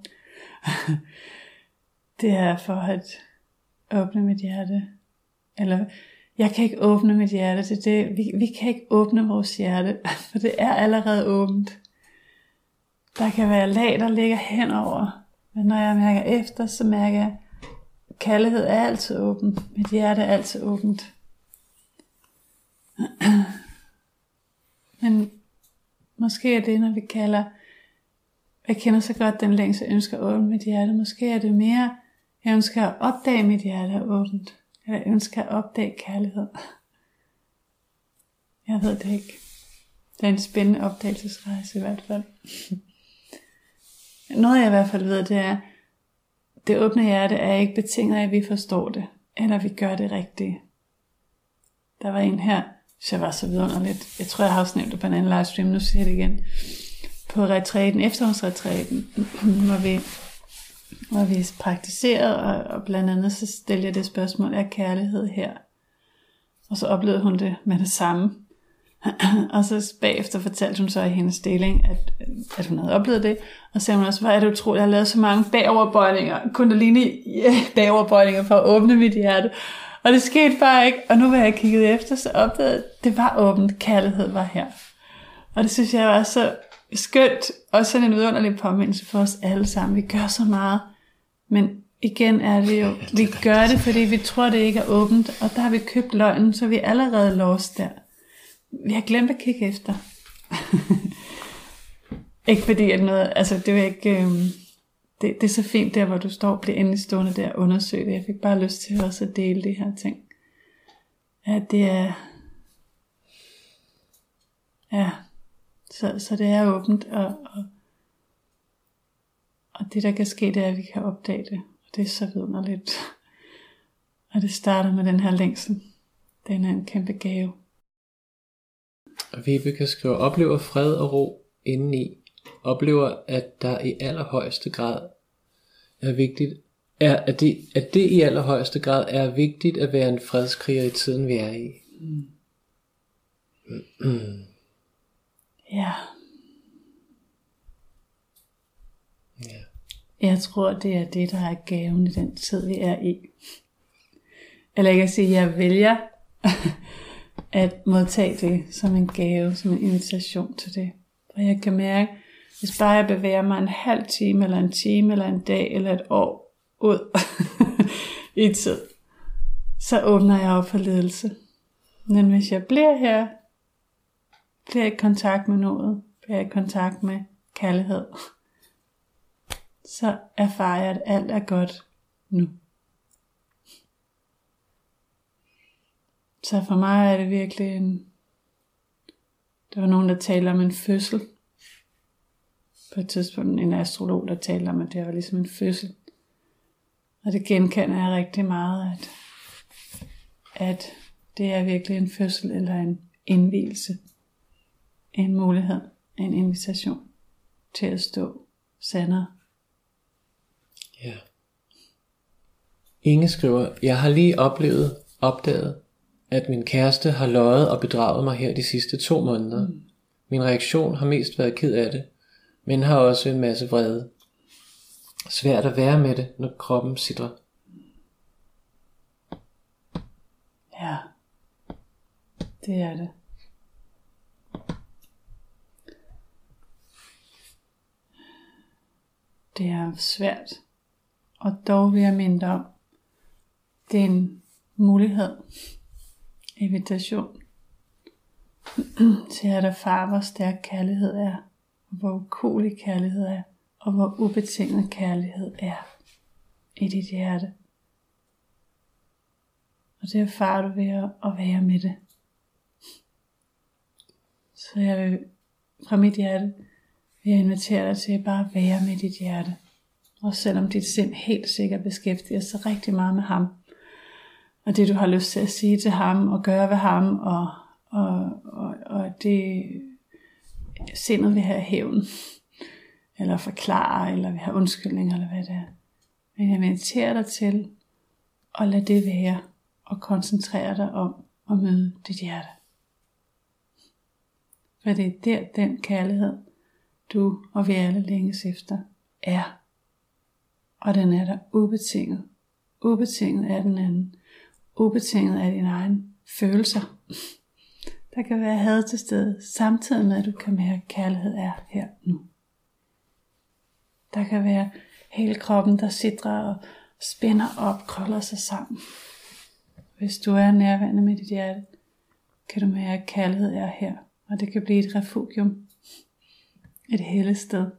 Det er for at åbne mit hjerte. Eller, jeg kan ikke åbne mit hjerte til det. Vi kan ikke åbne vores hjerte, for det er allerede åbent. Der kan være lag, der ligger henover. Men når jeg mærker efter, så mærker jeg, at kærlighed er altid åbent. Mit hjerte er altid åbent. Men måske er det, når vi kalder, jeg kender så godt den længsel, jeg ønsker at åbne mit hjerte. Måske er det mere, jeg ønsker at opdage mit hjerte er åbent. Eller jeg ønsker at opdage kærlighed. Jeg ved det ikke. Det er en spændende opdagelsesrejse i hvert fald. Noget jeg i hvert fald ved, det er, det åbne hjerte er ikke betinget af, at vi forstår det, eller vi gør det rigtige. Der var en her, så jeg var så vidunderligt. Jeg tror, jeg har også nævnt det på en anden livestream, nu siger jeg det igen. På retræten, efterårsretræten, hvor vi praktiserede, og blandt andet så stillede jeg det spørgsmål, er kærlighed her? Og så oplevede hun det med det samme. Og så bagefter fortalte hun så i hendes deling, at hun havde oplevet det. Og så sagde hun også, hvor er det utroligt, jeg har lavet så mange bagoverbøjninger, kundalini bagoverbøjninger for at åbne mit hjerte. Og det skete bare ikke. Og nu hvor jeg kiggede efter, så oplevede jeg, at det var åbent. Kærlighed var her. Og det synes jeg var så skønt. Og sådan en vidunderlig påmindelse for os alle sammen. Vi gør så meget. Men igen er det jo, vi gør det, fordi vi tror, det ikke er åbent, og der har vi købt løgnen, så vi er allerede lost der. Vi har glemt at kigge efter. Ikke fordi at noget, altså det er ikke, det er så fint der, hvor du står og bliver endelig stående der og undersøge det. Jeg fik bare lyst til også at dele de her ting. At det er, ja, så det er åbent, og det der kan ske, det er, at vi kan opdage det. Og det er så vidunderligt. Og det starter med den her længsel. Den er en kæmpe gave. Og Vibeke skriver, oplever fred og ro indeni. Oplever, at der i allerhøjeste grad er vigtigt, at det i allerhøjeste grad er vigtigt at være en fredskriger i tiden, vi er i. Ja. Ja. Jeg tror, det er det, der er gaven i den tid, vi er i. Eller jeg kan sige, at jeg vælger at modtage det som en gave, som en invitation til det. Og jeg kan mærke, hvis bare jeg bevæger mig en halv time, eller en time, eller en dag, eller et år ud i tid, så åbner jeg op for ledelse. Men hvis jeg bliver her, bliver jeg i kontakt med noget, bliver jeg i kontakt med kærlighed, så erfarer jeg, at alt er godt nu. Så for mig er det virkelig der var nogen, der taler om en fødsel. På et tidspunkt en astrolog, der talte om, at det var ligesom en fødsel. Og det genkender jeg rigtig meget, at det er virkelig en fødsel eller en indvielse. En mulighed, en invitation til at stå sandere. Ja. Inge skriver, jeg har lige opdaget, at min kæreste har løjet og bedraget mig her de sidste 2 måneder. Min reaktion har mest været ked af det, men har også en masse vrede. Svært at være med det, når kroppen sidder. Ja, det er det. Det er svært, og dog vil jeg minde om, det er en mulighed, invitation til at erfare, hvor stærk kærlighed er, og hvor ukuelig kærlighed er, og hvor ubetinget kærlighed er i dit hjerte. Og det erfarer du ved at være med det. Så jeg vil fra mit hjerte vil jeg invitere dig til at bare være med dit hjerte. Og selvom dit sind helt sikkert beskæftiger sig rigtig meget med ham, og det du har lyst til at sige til ham, og gøre ved ham, og det sindet vil have hævn, eller forklare, eller vil have undskyldning, eller hvad det er. Men jeg inviterer dig til at lade det være, og koncentrere dig om at møde dit hjerte. For det er der den kærlighed, du og vi alle længes efter, er. Og den er der ubetinget. Ubetinget af den anden. Ubetinget af dine egne følelser. Der kan være had til stede, samtidig med at du kan mærke, at kærlighed er her nu. Der kan være hele kroppen, der sidder og spænder op, krøller sig sammen. Hvis du er nærværende med dit hjerte, kan du mærke, at kærlighed er her. Og det kan blive et refugium. Et helligsted.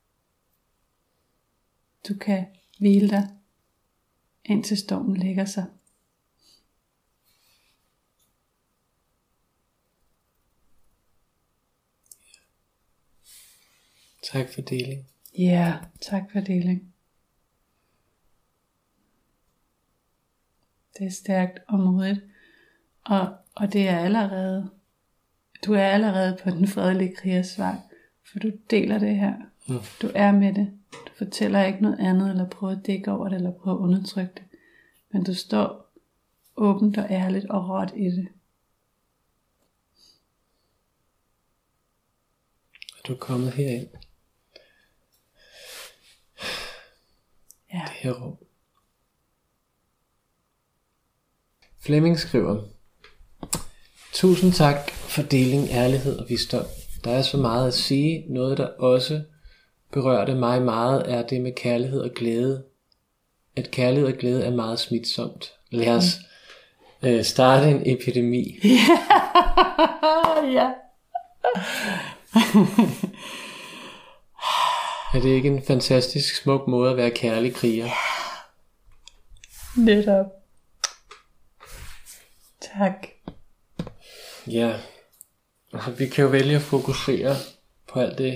Du kan hvile dig, indtil stormen lægger sig. Tak for deling. Ja, tak for deling. Det er stærkt og modigt. Og det er allerede, du er allerede på den fredelige krigers vej, for du deler det her. Du er med det. Du fortæller ikke noget andet, eller prøver at dække over det, eller prøver at undertrykke det. Men du står åbent og ærligt og råt i det. Du er kommet herind. Ja. Det her rum. Flemming skriver, tusind tak for deling, ærlighed og visdom. Der er så meget at sige. Noget der også berørte mig meget er det med kærlighed og glæde. at kærlighed og glæde er meget smitsomt. Lad os starte en epidemi. Ja. Er det ikke en fantastisk smuk måde at være kærlig kriger? Netop. Tak. Ja. Altså, vi kan jo vælge at fokusere på alt det,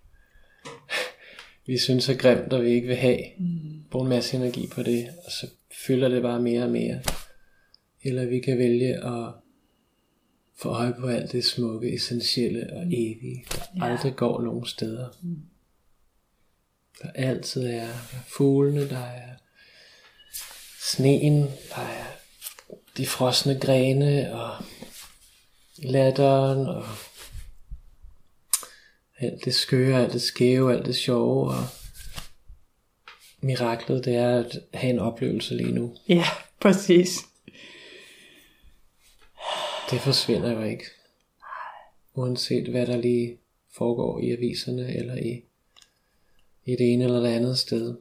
vi synes er grimt, og vi ikke vil have. Bruge en masse energi på det, og så fylder det bare mere og mere. Eller vi kan vælge at få øje på alt det smukke, essentielle og evige, der aldrig går nogen steder. Der altid er fuglene, der er sneen, der er de frosne grene, og latteren, og alt det skøre, alt det skæve, alt det sjove, og miraklet, det er at have en oplevelse lige nu. Ja, præcis. Det forsvinder jo ikke. Uanset hvad der lige foregår i aviserne, eller i det ene eller det andet sted.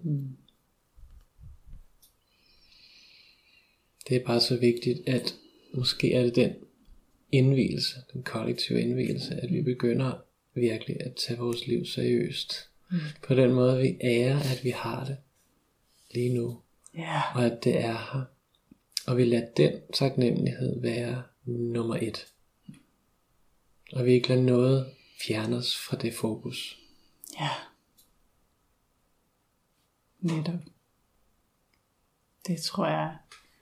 Det er bare så vigtigt, at måske er det den indvielse, den kollektive indvielse, at vi begynder virkelig at tage vores liv seriøst. På den måde vi ærer, at vi har det lige nu. Og at det er her. Og vi lader den taknemmelighed være nummer 1. Og vi ikke lader noget fjerne os fra det fokus. Ja. Netop. Det tror jeg.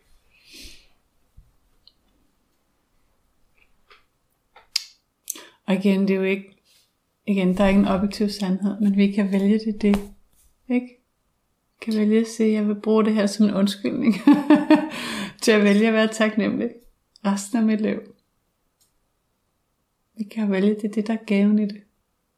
Og igen, det er jo ikke, der er ikke en objektiv sandhed, men vi kan vælge det, ikke? Vi kan vælge at sige, at jeg vil bruge det her som en undskyldning, til at vælge at være taknemmelig resten af mit liv. Vi kan vælge det, der er gaven i det.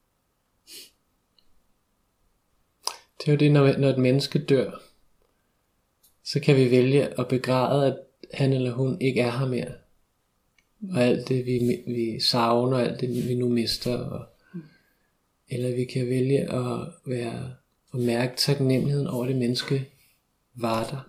Det er jo det, når et menneske dør, så kan vi vælge at begræde, at han eller hun ikke er her mere. Og alt det vi savner, alt det vi nu mister, eller vi kan vælge at mærke taknemmeligheden over det menneske var der.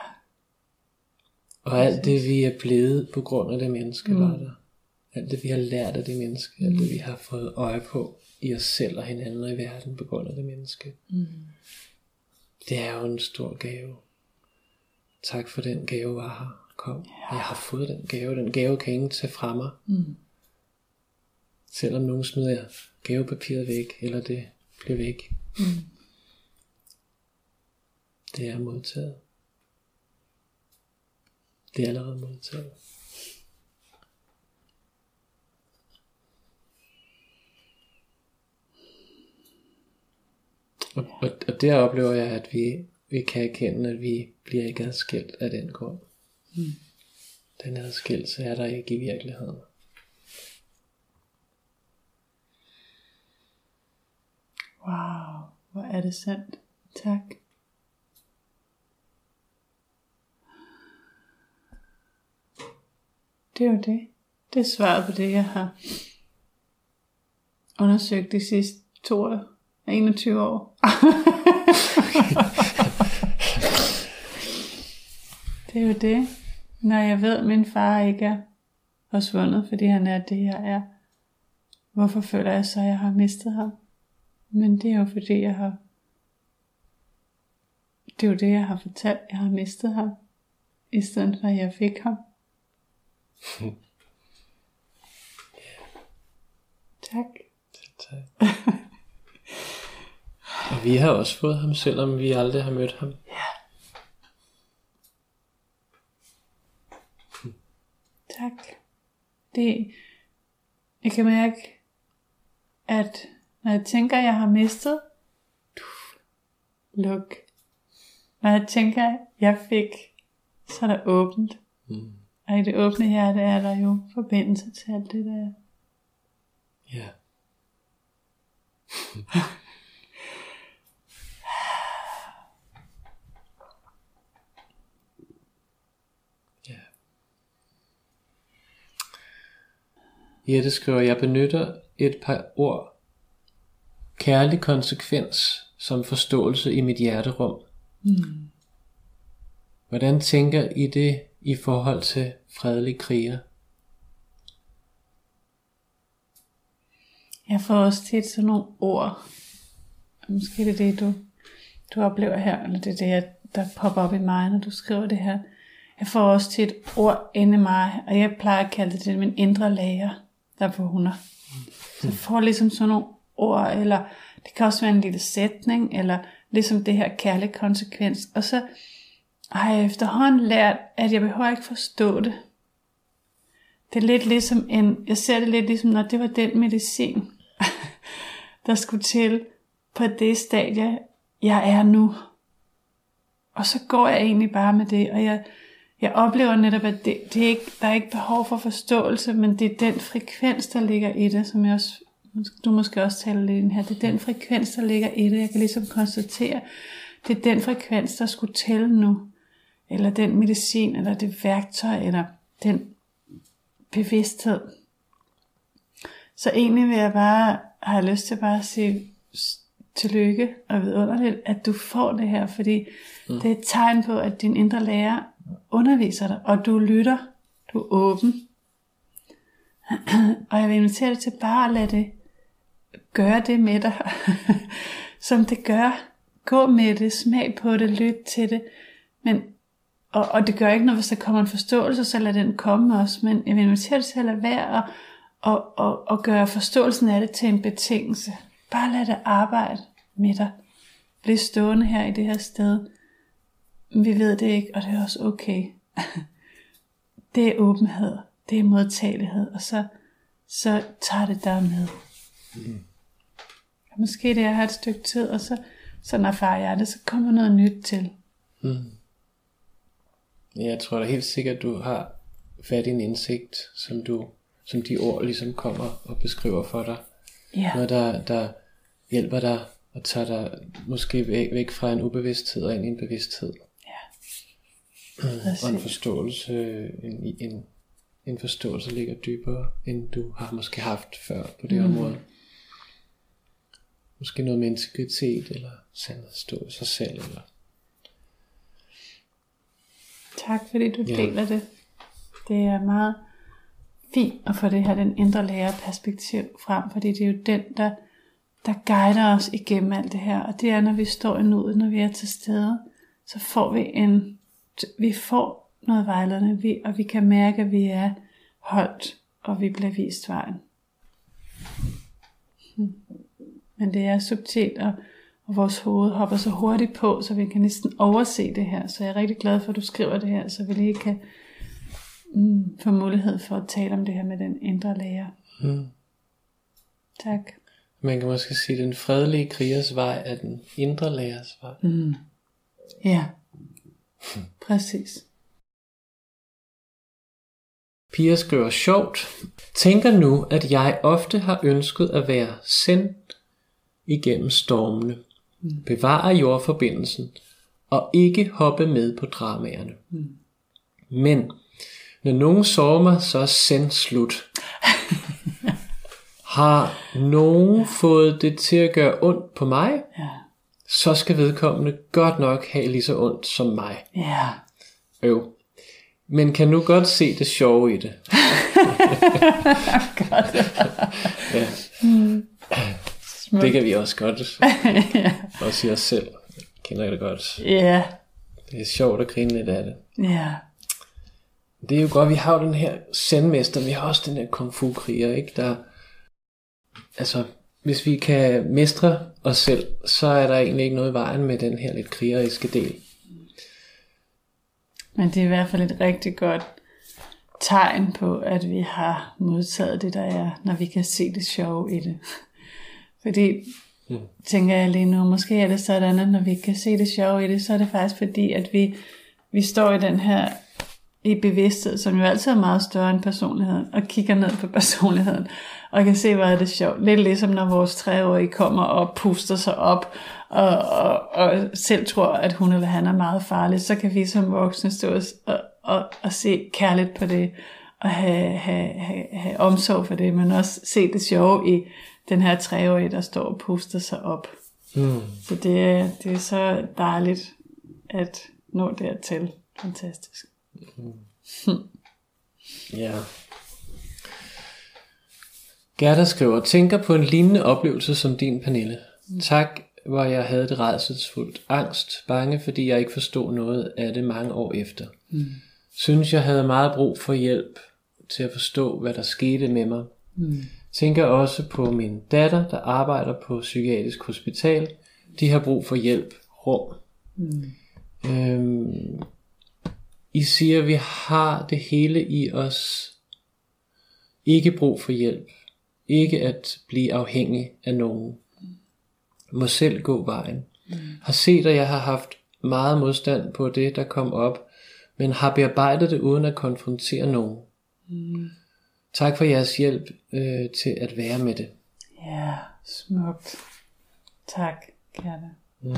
Og alt det vi er blevet på grund af det menneske var der. Alt det vi har lært af det menneske, alt det vi har fået øje på i os selv og hinanden og i verden på grund af det menneske. Det er jo en stor gave. Tak for den gave var her. Kom, jeg har fået den gave. Den gave kan ingen tage fra mig. Selvom nogen smider gavepapiret væk, eller det bliver væk. Det er modtaget. Det er allerede modtaget. Og der oplever jeg, at vi kan erkende, at vi bliver ikke adskilt af den grund. Den adskillelse er der ikke i virkeligheden. Wow, hvor er det sandt. Tak. Det er jo det. Det er svaret på det, jeg har undersøgt de sidste 21 år. Det er jo det. Når jeg ved, at min far ikke er forsvundet, fordi han er det, jeg er. Hvorfor føler jeg så, at jeg har mistet ham? Men det er jo fordi, jeg har... Det er jo det, jeg har fortalt. Jeg har mistet ham. I stedet for, at jeg fik ham. Tak. Tak. Og vi har også fået ham, selvom vi aldrig har mødt ham. Tak. Jeg kan mærke, at når jeg tænker, at jeg har mistet, luk. Når jeg tænker, at jeg fik, så er der åbent. Og i det åbne hjerte er der jo forbindelse til alt det der. Ja. Jette skriver, jeg benytter et par ord. Kærlig konsekvens som forståelse i mit hjerterum. Hvordan tænker I det i forhold til fredelig kriger? Jeg får også tit sådan nogle ord. Måske det er det, du oplever her, eller det er det, der popper op i mig, når du skriver det her. Jeg får også tit ord inde i mig, og jeg plejer at kalde det min indre lager, der vågner. Så jeg får ligesom sådan nogle ord, eller det kan også være en lille sætning, eller ligesom det her kærlig konsekvens. Og så har jeg efterhånden lært, at jeg behøver ikke forstå det. Det er lidt ligesom jeg ser det lidt ligesom, når det var den medicin, der skulle til på det stadie, jeg er nu. Og så går jeg egentlig bare med det, og jeg oplever netop, at det er ikke, der er ikke behov for forståelse, men det er den frekvens, der ligger i det, som jeg også, du måske også taler lidt ind her, det er den frekvens, der ligger i det. Jeg kan ligesom konstatere, det er den frekvens, der skulle til nu, eller den medicin, eller det værktøj, eller den bevidsthed. Så egentlig vil jeg bare, har jeg lyst til bare at sige tillykke og vidunderligt, at du får det her, fordi det er et tegn på, at din indre lærer underviser dig, og du lytter, du er åben. Og jeg vil invitere dig til bare at lade det gøre det med dig, som det gør. Gå med det, smag på det, lyt til det. Men, og det gør ikke noget, hvis der kommer en forståelse, så lad den komme også. Men jeg vil invitere dig til at lade være og gøre forståelsen af det til en betingelse. Bare lad det arbejde med dig. Bliv stående her i det her sted. Vi ved det ikke, og det er også okay. Det er åbenhed, det er modtagelighed, og så tager det der med. Og måske det er et stykke tid, og så når erfarer jeg det, så kommer noget nyt til. Jeg tror da helt sikkert, at du har fat i en indsigt, som de ord ligesom kommer og beskriver for dig. Ja. Noget, der hjælper dig og tager dig måske væk fra en ubevidsthed og ind i en bevidsthed. Og en forståelse, en forståelse ligger dybere, end du har måske haft før på det område. Måske noget med integritet, eller sandhed stå i sig selv. Eller... Tak fordi du deler det. Det er meget fint at få det her, den indre lærerperspektiv frem, fordi det er jo den, der guider os igennem alt det her. Og det er, når vi står i nuet, når vi er til stede, så får vi får noget vejledning, og vi kan mærke, at vi er holdt, og vi bliver vist vejen. Men det er subtilt, og vores hoved hopper så hurtigt på, så vi kan næsten overse det her. Så jeg er rigtig glad for, at du skriver det her, så vi lige kan få mulighed for at tale om det her med den indre lærer. Tak. Man kan måske sige, at den fredelige krigers vej er den indre lærers vej. Ja, præcis. Pia skriver sjovt. Tænker nu, at jeg ofte har ønsket at være zen igennem stormene. Bevare jordforbindelsen og ikke hoppe med på dramaerne. Men når nogen sover mig, så er zen slut. Har nogen fået det til at gøre ondt på mig? Ja. Så skal vedkommende godt nok have lige så ondt som mig. Ja. Men kan nu godt se det sjove i det. Godt. Ja. Det kan vi også godt. Også i os selv. Kender jeg det godt. Ja. Det er sjovt at grine lidt af det. Ja. Det er jo godt, vi har jo den her zen-mester, vi har også den her kung fu kriger, ikke? Der, altså, hvis vi kan mestre os selv, så er der egentlig ikke noget i vejen med den her lidt krigeriske del. Men det er i hvert fald et rigtig godt tegn på, at vi har modtaget det, der er, når vi kan se det sjove i det. Fordi, tænker jeg lige nu, måske er det sådan, at når vi kan se det sjove i det, så er det faktisk fordi, at vi står i den her i bevidsthed, som jo altid er meget større end personligheden, og kigger ned på personligheden, og kan se, hvor er det sjovt. Lidt ligesom når vores 3-årige kommer og puster sig op, og selv tror, at hun eller han er meget farlig, så kan vi som voksne stå og se kærligt på det, og have omsorg for det, men også se det sjove i den her 3-årige, der står og puster sig op. Så det er så dejligt at nå dertil. Fantastisk. Ja. Gerda skriver, tænker på en lignende oplevelse som din, Pernille. Tak, hvor jeg havde det rædselsfuldt. Angst, bange, fordi jeg ikke forstod noget af det mange år efter. Synes, jeg havde meget brug for hjælp til at forstå, hvad der skete med mig. Tænker også på min datter, der arbejder på psykiatrisk hospital. De har brug for hjælp. Rum. I siger, vi har det hele i os. Ikke brug for hjælp. Ikke at blive afhængig af nogen. Må selv gå vejen. Har set, at jeg har haft meget modstand på det, der kom op, men har bearbejdet det uden at konfrontere nogen. Tak for jeres hjælp til at være med det. Ja, smukt. Tak, Gerda.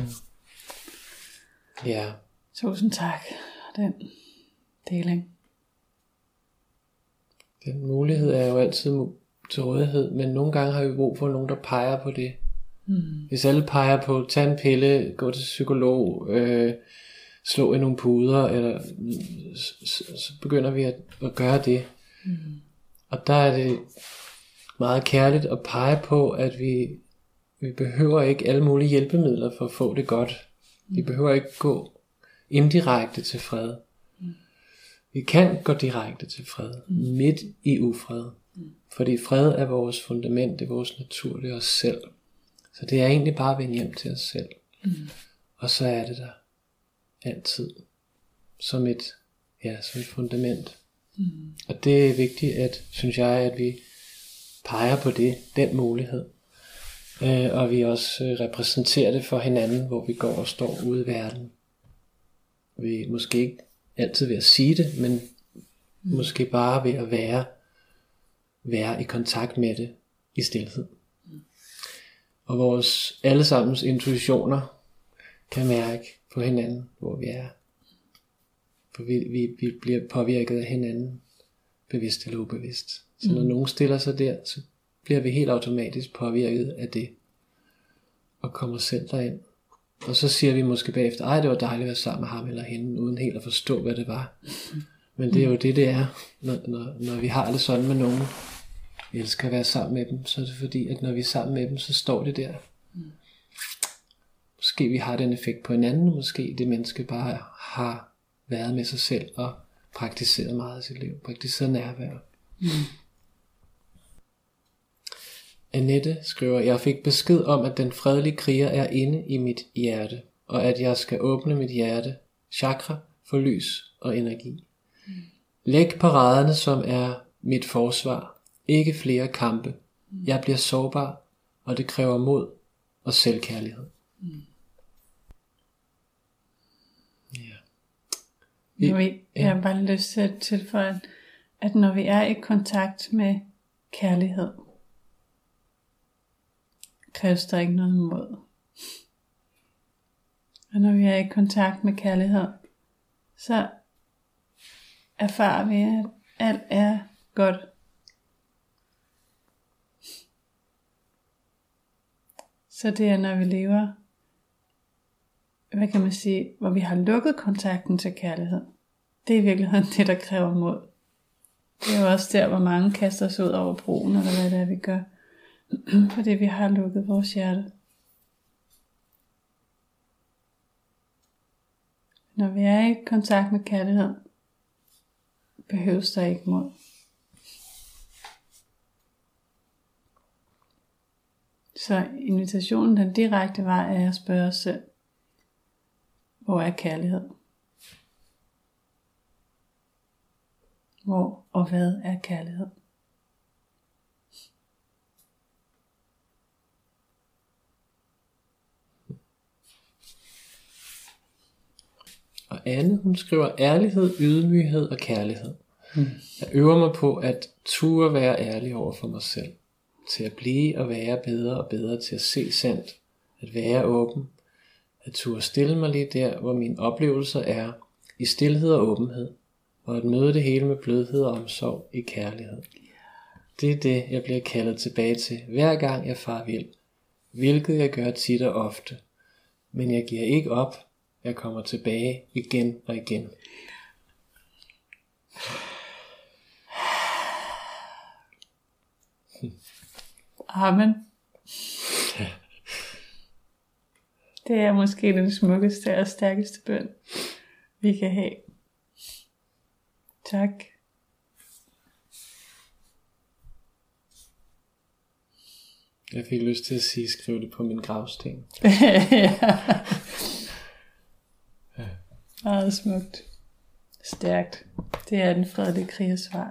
Ja. Tusind tak for den deling. Den mulighed er jo altid til rådighed, men nogle gange har vi brug for nogen, der peger på det. Hvis alle peger på, tag en pille, gå til psykolog, slå i nogle puder, eller, så begynder vi at gøre det. Og der er det meget kærligt at pege på, at vi behøver ikke alle mulige hjælpemidler for at få det godt. Vi behøver ikke gå indirekte til fred. Vi kan gå direkte til fred, midt i ufred. Fordi fred er vores fundament, det er vores natur, det er os selv. Så det er egentlig bare at vende hjem til os selv. Og så er det der altid som et fundament. Og det er vigtigt, synes jeg, at vi peger på den mulighed. Og vi også repræsenterer det for hinanden, hvor vi går og står ude i verden. Vi måske ikke altid ved at sige det, men måske bare ved at være i kontakt med det i stilhed. Og vores allesammens intuitioner kan mærke på hinanden, hvor vi er. For vi bliver påvirket af hinanden, bevidst eller ubevidst. Så når nogen stiller sig der, så bliver vi helt automatisk påvirket af det. Og kommer selv derind. Og så siger vi måske bagefter, det var dejligt at være sammen med ham eller hende, uden helt at forstå, hvad det var. Men det er jo det er, når vi har det sådan med nogen, vi elsker at være sammen med dem, så er det fordi, at når vi er sammen med dem, så står det der. Måske vi har den effekt på hinanden, måske det menneske bare har været med sig selv og praktiseret meget af sit liv, praktiseret nærvær. Annette skriver, jeg fik besked om, at den fredelige kriger er inde i mit hjerte, og at jeg skal åbne mit hjerte, chakra, for lys og energi. Læg paraderne, som er mit forsvar, ikke flere kampe. Jeg bliver sårbar, og det kræver mod og selvkærlighed. Jeg har bare lyst til at tilføje, at når vi er i kontakt med kærlighed, kræves der ikke noget mod. Og når vi er i kontakt med kærlighed, så erfarer vi, at alt er godt. Så det er, når vi lever, hvad kan man sige, hvor vi har lukket kontakten til kærlighed. Det er i virkeligheden det, der kræver mod. Det er jo også der, hvor mange kaster sig ud over broen, eller hvad det er, vi gør. Fordi vi har lukket vores hjerte. Når vi er i kontakt med kærlighed, behøves der ikke mod. Så invitationen, den direkte vej, er at spørge os selv, hvor er kærlighed? Hvor og hvad er kærlighed? Og Anne, hun skriver ærlighed, ydmyghed og kærlighed. Jeg øver mig på at ture være ærlig over for mig selv. Til at blive og være bedre og bedre til at se sandt. At være åben. At ture stille mig lige der, hvor mine oplevelser er. I stilhed og åbenhed. Og at møde det hele med blødhed og omsorg i kærlighed. Det er det, jeg bliver kaldet tilbage til, hver gang jeg farer vild. Hvilket jeg gør tit og ofte. Men jeg giver ikke op, Jeg kommer tilbage igen og igen. Amen. Det er måske den smukkeste og stærkeste bøn, vi kan have. Tak. Jeg fik lyst til at skrive det på min gravsten. Ja. Meget smukt. Stærkt. Det er den fredelige krigers vej.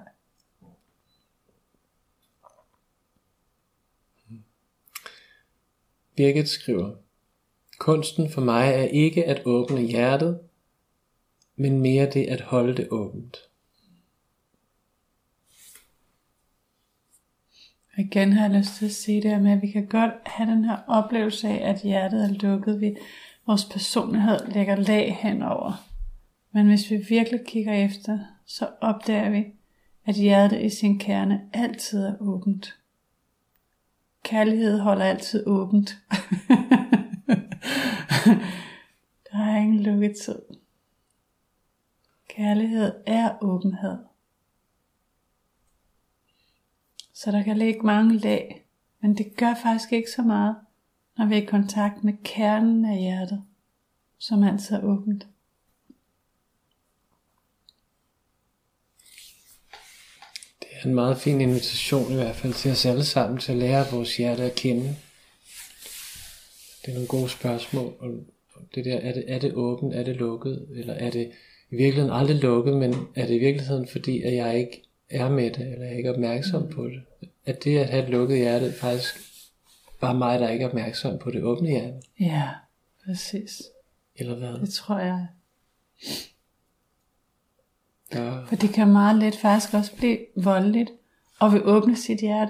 Birgit skriver: kunsten for mig er ikke at åbne hjertet, men mere det at holde det åbent. Og igen har jeg lyst til at sige det her med, at vi kan godt have den her oplevelse af, at hjertet er lukket. Vores personlighed lægger lag henover. Men hvis vi virkelig kigger efter, så opdager vi, at hjertet i sin kerne altid er åbent. Kærlighed holder altid åbent. Der er ingen lukketid. Kærlighed er åbenhed. Så der kan ligge mange lag, men det gør faktisk ikke så meget, når vi er i kontakt med kernen af hjertet, som altid er åbent. Det er en meget fin invitation i hvert fald til os alle sammen til at lære vores hjerte at kende. Det er nogle gode spørgsmål. Og det der, er det åbent, er det lukket, eller er det i virkeligheden aldrig lukket, men er det i virkeligheden fordi, at jeg ikke er med det, eller jeg ikke er opmærksom på det? At det at have et lukket hjerte faktisk bare mig, der ikke er opmærksom på det åbne hjerte? Ja, præcis. Eller hvad? Det tror jeg. Ja. For det kan meget let faktisk også blive voldeligt, og vil åbne sit hjerte.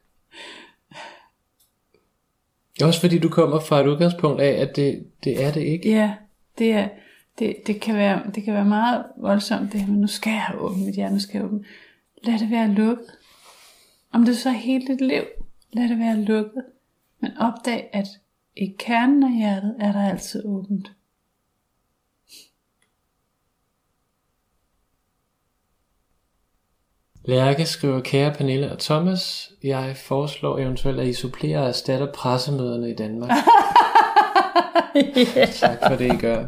Også fordi du kommer fra et udgangspunkt af, at det er det ikke. Ja, det kan være meget voldsomt, det her, men nu skal jeg have åbent mit hjerte, nu skal jeg åbne. Lad det være lukket. Om det så er hele dit liv, lad det være lukket. Men opdag, at i kernen af hjertet er der altid åbent. Lærke skriver: kære Pernille og Thomas, jeg foreslår eventuelt, at I supplerer og erstatter pressemøderne i Danmark. Yeah. Tak for det, I gør.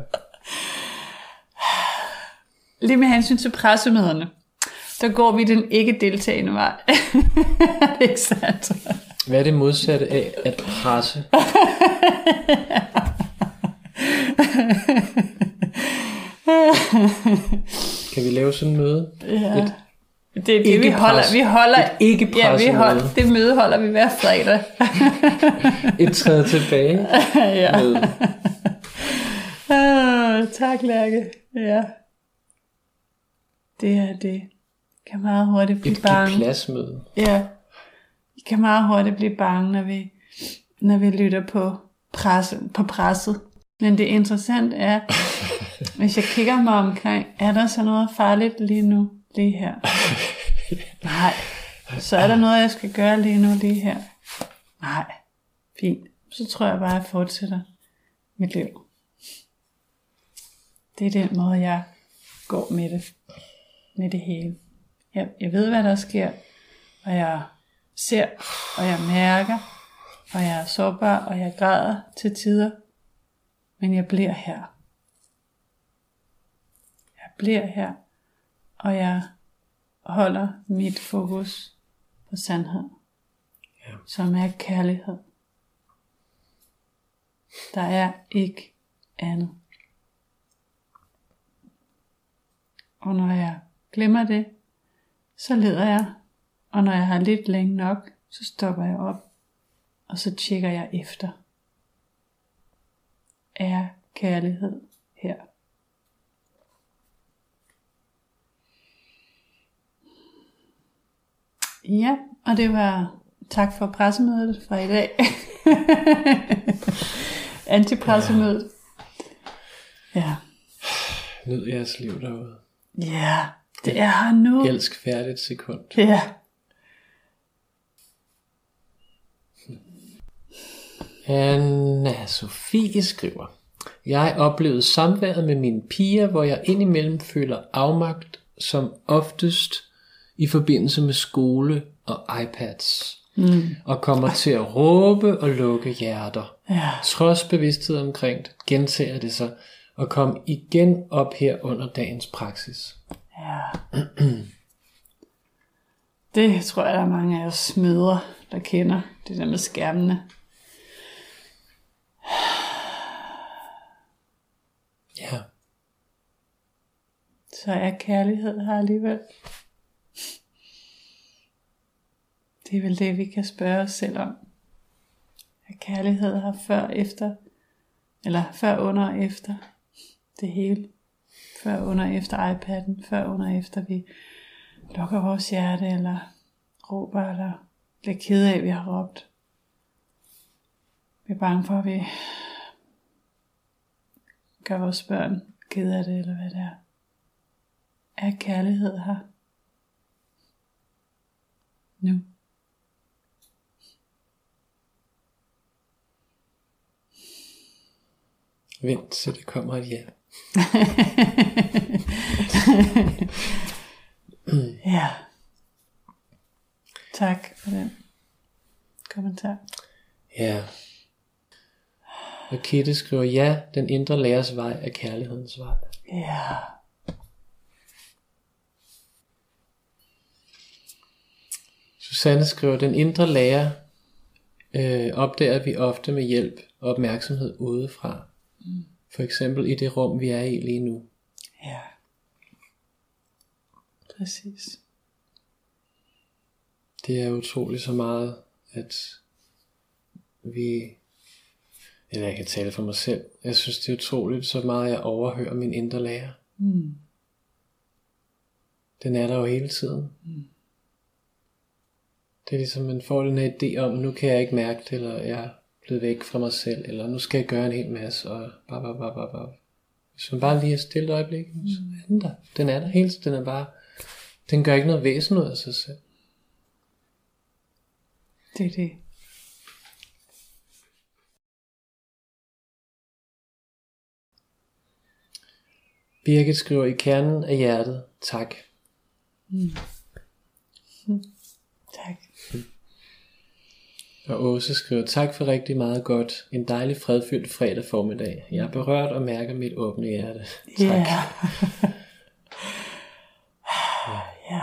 Lige med hensyn til pressemøderne, der går vi den ikke deltagende vej. Det er ikke sandt. Hvad er det modsatte af at presse? Kan vi lave sådan en møde? Ja. Det er det, vi holder. Et ikke pressemøde. Det møde holder vi hver fredag. Et træde tilbage. Ja. Tak, Lærke. Ja. Det er det. Kan meget hurtigt blive bange. Et pladsmøde. Ja. Vi kan meget hurtigt blive bange, når vi lytter på presset. Men det interessante er, hvis jeg kigger mig omkring, er der så noget farligt lige nu, lige her? Nej. Så er der noget, jeg skal gøre lige nu, lige her? Nej. Fint. Så tror jeg bare, at jeg fortsætter mit liv. Det er den måde, jeg går med det. Med det hele. Jeg ved, hvad der sker, og jeg ser, og jeg mærker, og jeg er sårbar, og jeg græder til tider. Men jeg bliver her. Jeg bliver her, og jeg holder mit fokus på sandhed, som er kærlighed. Der er ikke andet. Og når jeg glemmer det, så leder jeg, og når jeg har lidt længe nok, så stopper jeg op, og så tjekker jeg efter. Er kærlighed her? Ja, og det var tak for pressemødet fra i dag. Antipressemødet. Ja. Nyd jeres liv derude. Ja, det er her nu. Elsk færdigt sekund. Ja. Anna Sofie skriver: Jeg oplevede samværet med mine piger, hvor jeg indimellem føler afmagt, som oftest i forbindelse med skole og iPads. Og kommer til at råbe og lukke hjerter. Ja. Trods bevidsthed omkring det, gentager det sig og kom igen op her under dagens praksis. Ja. Det tror jeg, der er mange af os mødre, der kender. Det der med skærmene. Ja. Så er kærlighed her alligevel. Det er vel det, vi kan spørge os selv om. Er kærlighed her før, efter, eller før, under og efter det hele? Før, under, efter iPad'en, før, under, efter vi lukker vores hjerte, eller råber, eller bliver ked af, at vi har råbt. Vi er bange for, at vi gør vores børn ked af det, eller hvad det er. Er kærlighed her nu? Vent til det kommer et ja. Ja. Tak for den kommentar. Ja. Og Kitte skriver, ja, den indre lærers vej er kærlighedens vej. Ja. Susanne skriver, den indre lærer opdager vi ofte med hjælp og opmærksomhed udefra. For eksempel i det rum, vi er i lige nu. Ja. Præcis. Det er utroligt så meget, at eller jeg kan tale for mig selv. Jeg synes, det er utroligt så meget, jeg overhører min indre lærer. Den er der jo hele tiden. Det er ligesom, man får den her idé om, nu kan jeg ikke mærke det, eller jeg er blevet væk fra mig selv, eller nu skal jeg gøre en hel masse, og bare. Hvis man bare lige er stille et øjeblik, så er den der. Den er der hele tiden, den gør ikke noget væsen ud af sig selv. Det er det. Birgit skriver, i kernen af hjertet, tak. Tak. Og Åse skriver, tak for rigtig meget godt. En dejlig fredfyldt fredag formiddag. Jeg er berørt og mærker mit åbne hjerte. Tak. Yeah. Ja.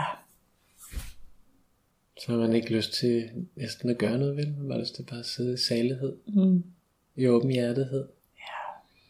Så har man ikke lyst til næsten at gøre noget, vel? Man har lyst til bare at sidde i salighed. I åben hjertethed. Ja.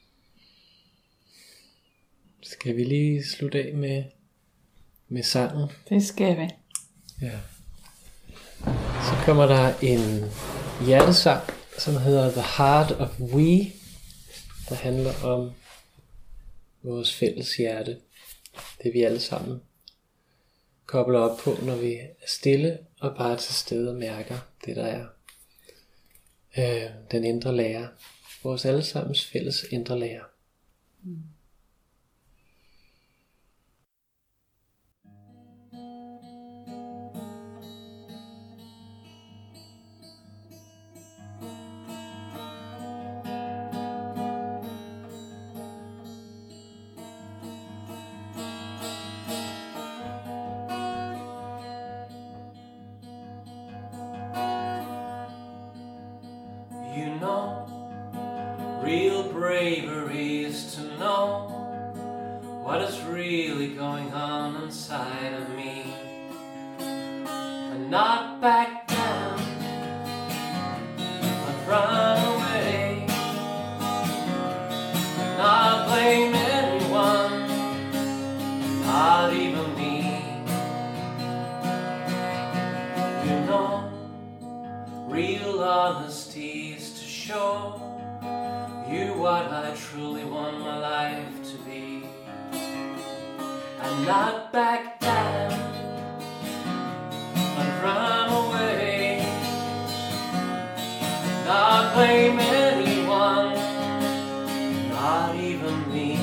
Skal vi lige slutte af med sangen? Det skal vi. Ja. Så kommer der en hjertesang, som hedder The Heart of We, der handler om vores fælles hjerte. Det vi alle sammen kobler op på, når vi er stille og bare til stede og mærker det, der er den indre lærer. Vores allesammens fælles indre lærer. You know, real bravery is to know what is really going on inside of me, and not back down, but run away, not blame anyone, not even me. You know, real honesty is to show you what I truly want my life to be, and not back down, but run away, not blame anyone, not even me.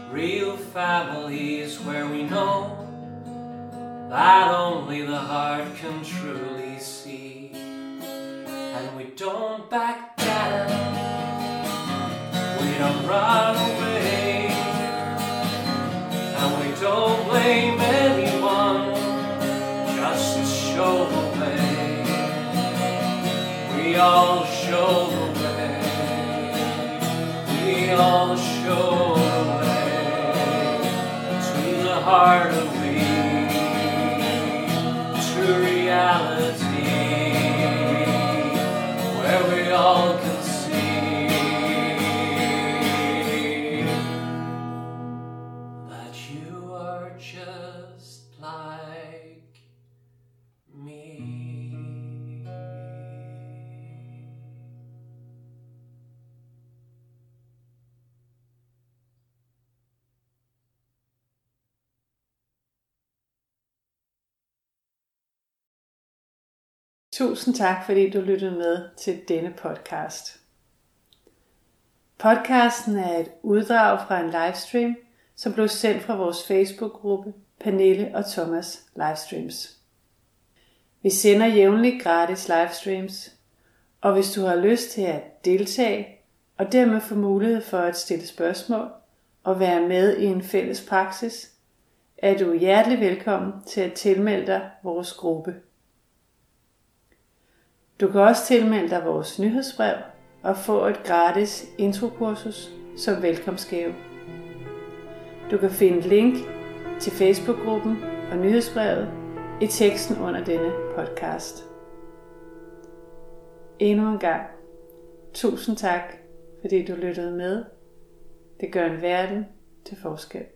real families where we know that only the heart can truly see. And we don't back down, we don't run away, and we don't blame anyone, just show the way. We all show the way, we all show the way to the heart of me, to reality, where we all can see that you are just like me. Tusind tak, fordi du lyttede med til denne podcast. Podcasten er et uddrag fra en livestream, som blev sendt fra vores Facebook-gruppe Pernille og Thomas Livestreams. Vi sender jævnligt gratis livestreams, og hvis du har lyst til at deltage og dermed få mulighed for at stille spørgsmål og være med i en fælles praksis, er du hjertelig velkommen til at tilmelde dig vores gruppe. Du kan også tilmelde dig vores nyhedsbrev og få et gratis introkursus som velkomstgave. Du kan finde link til Facebook-gruppen og nyhedsbrevet i teksten under denne podcast. Endnu en gang, tusind tak, fordi du lyttede med. Det gør en verden til forskel.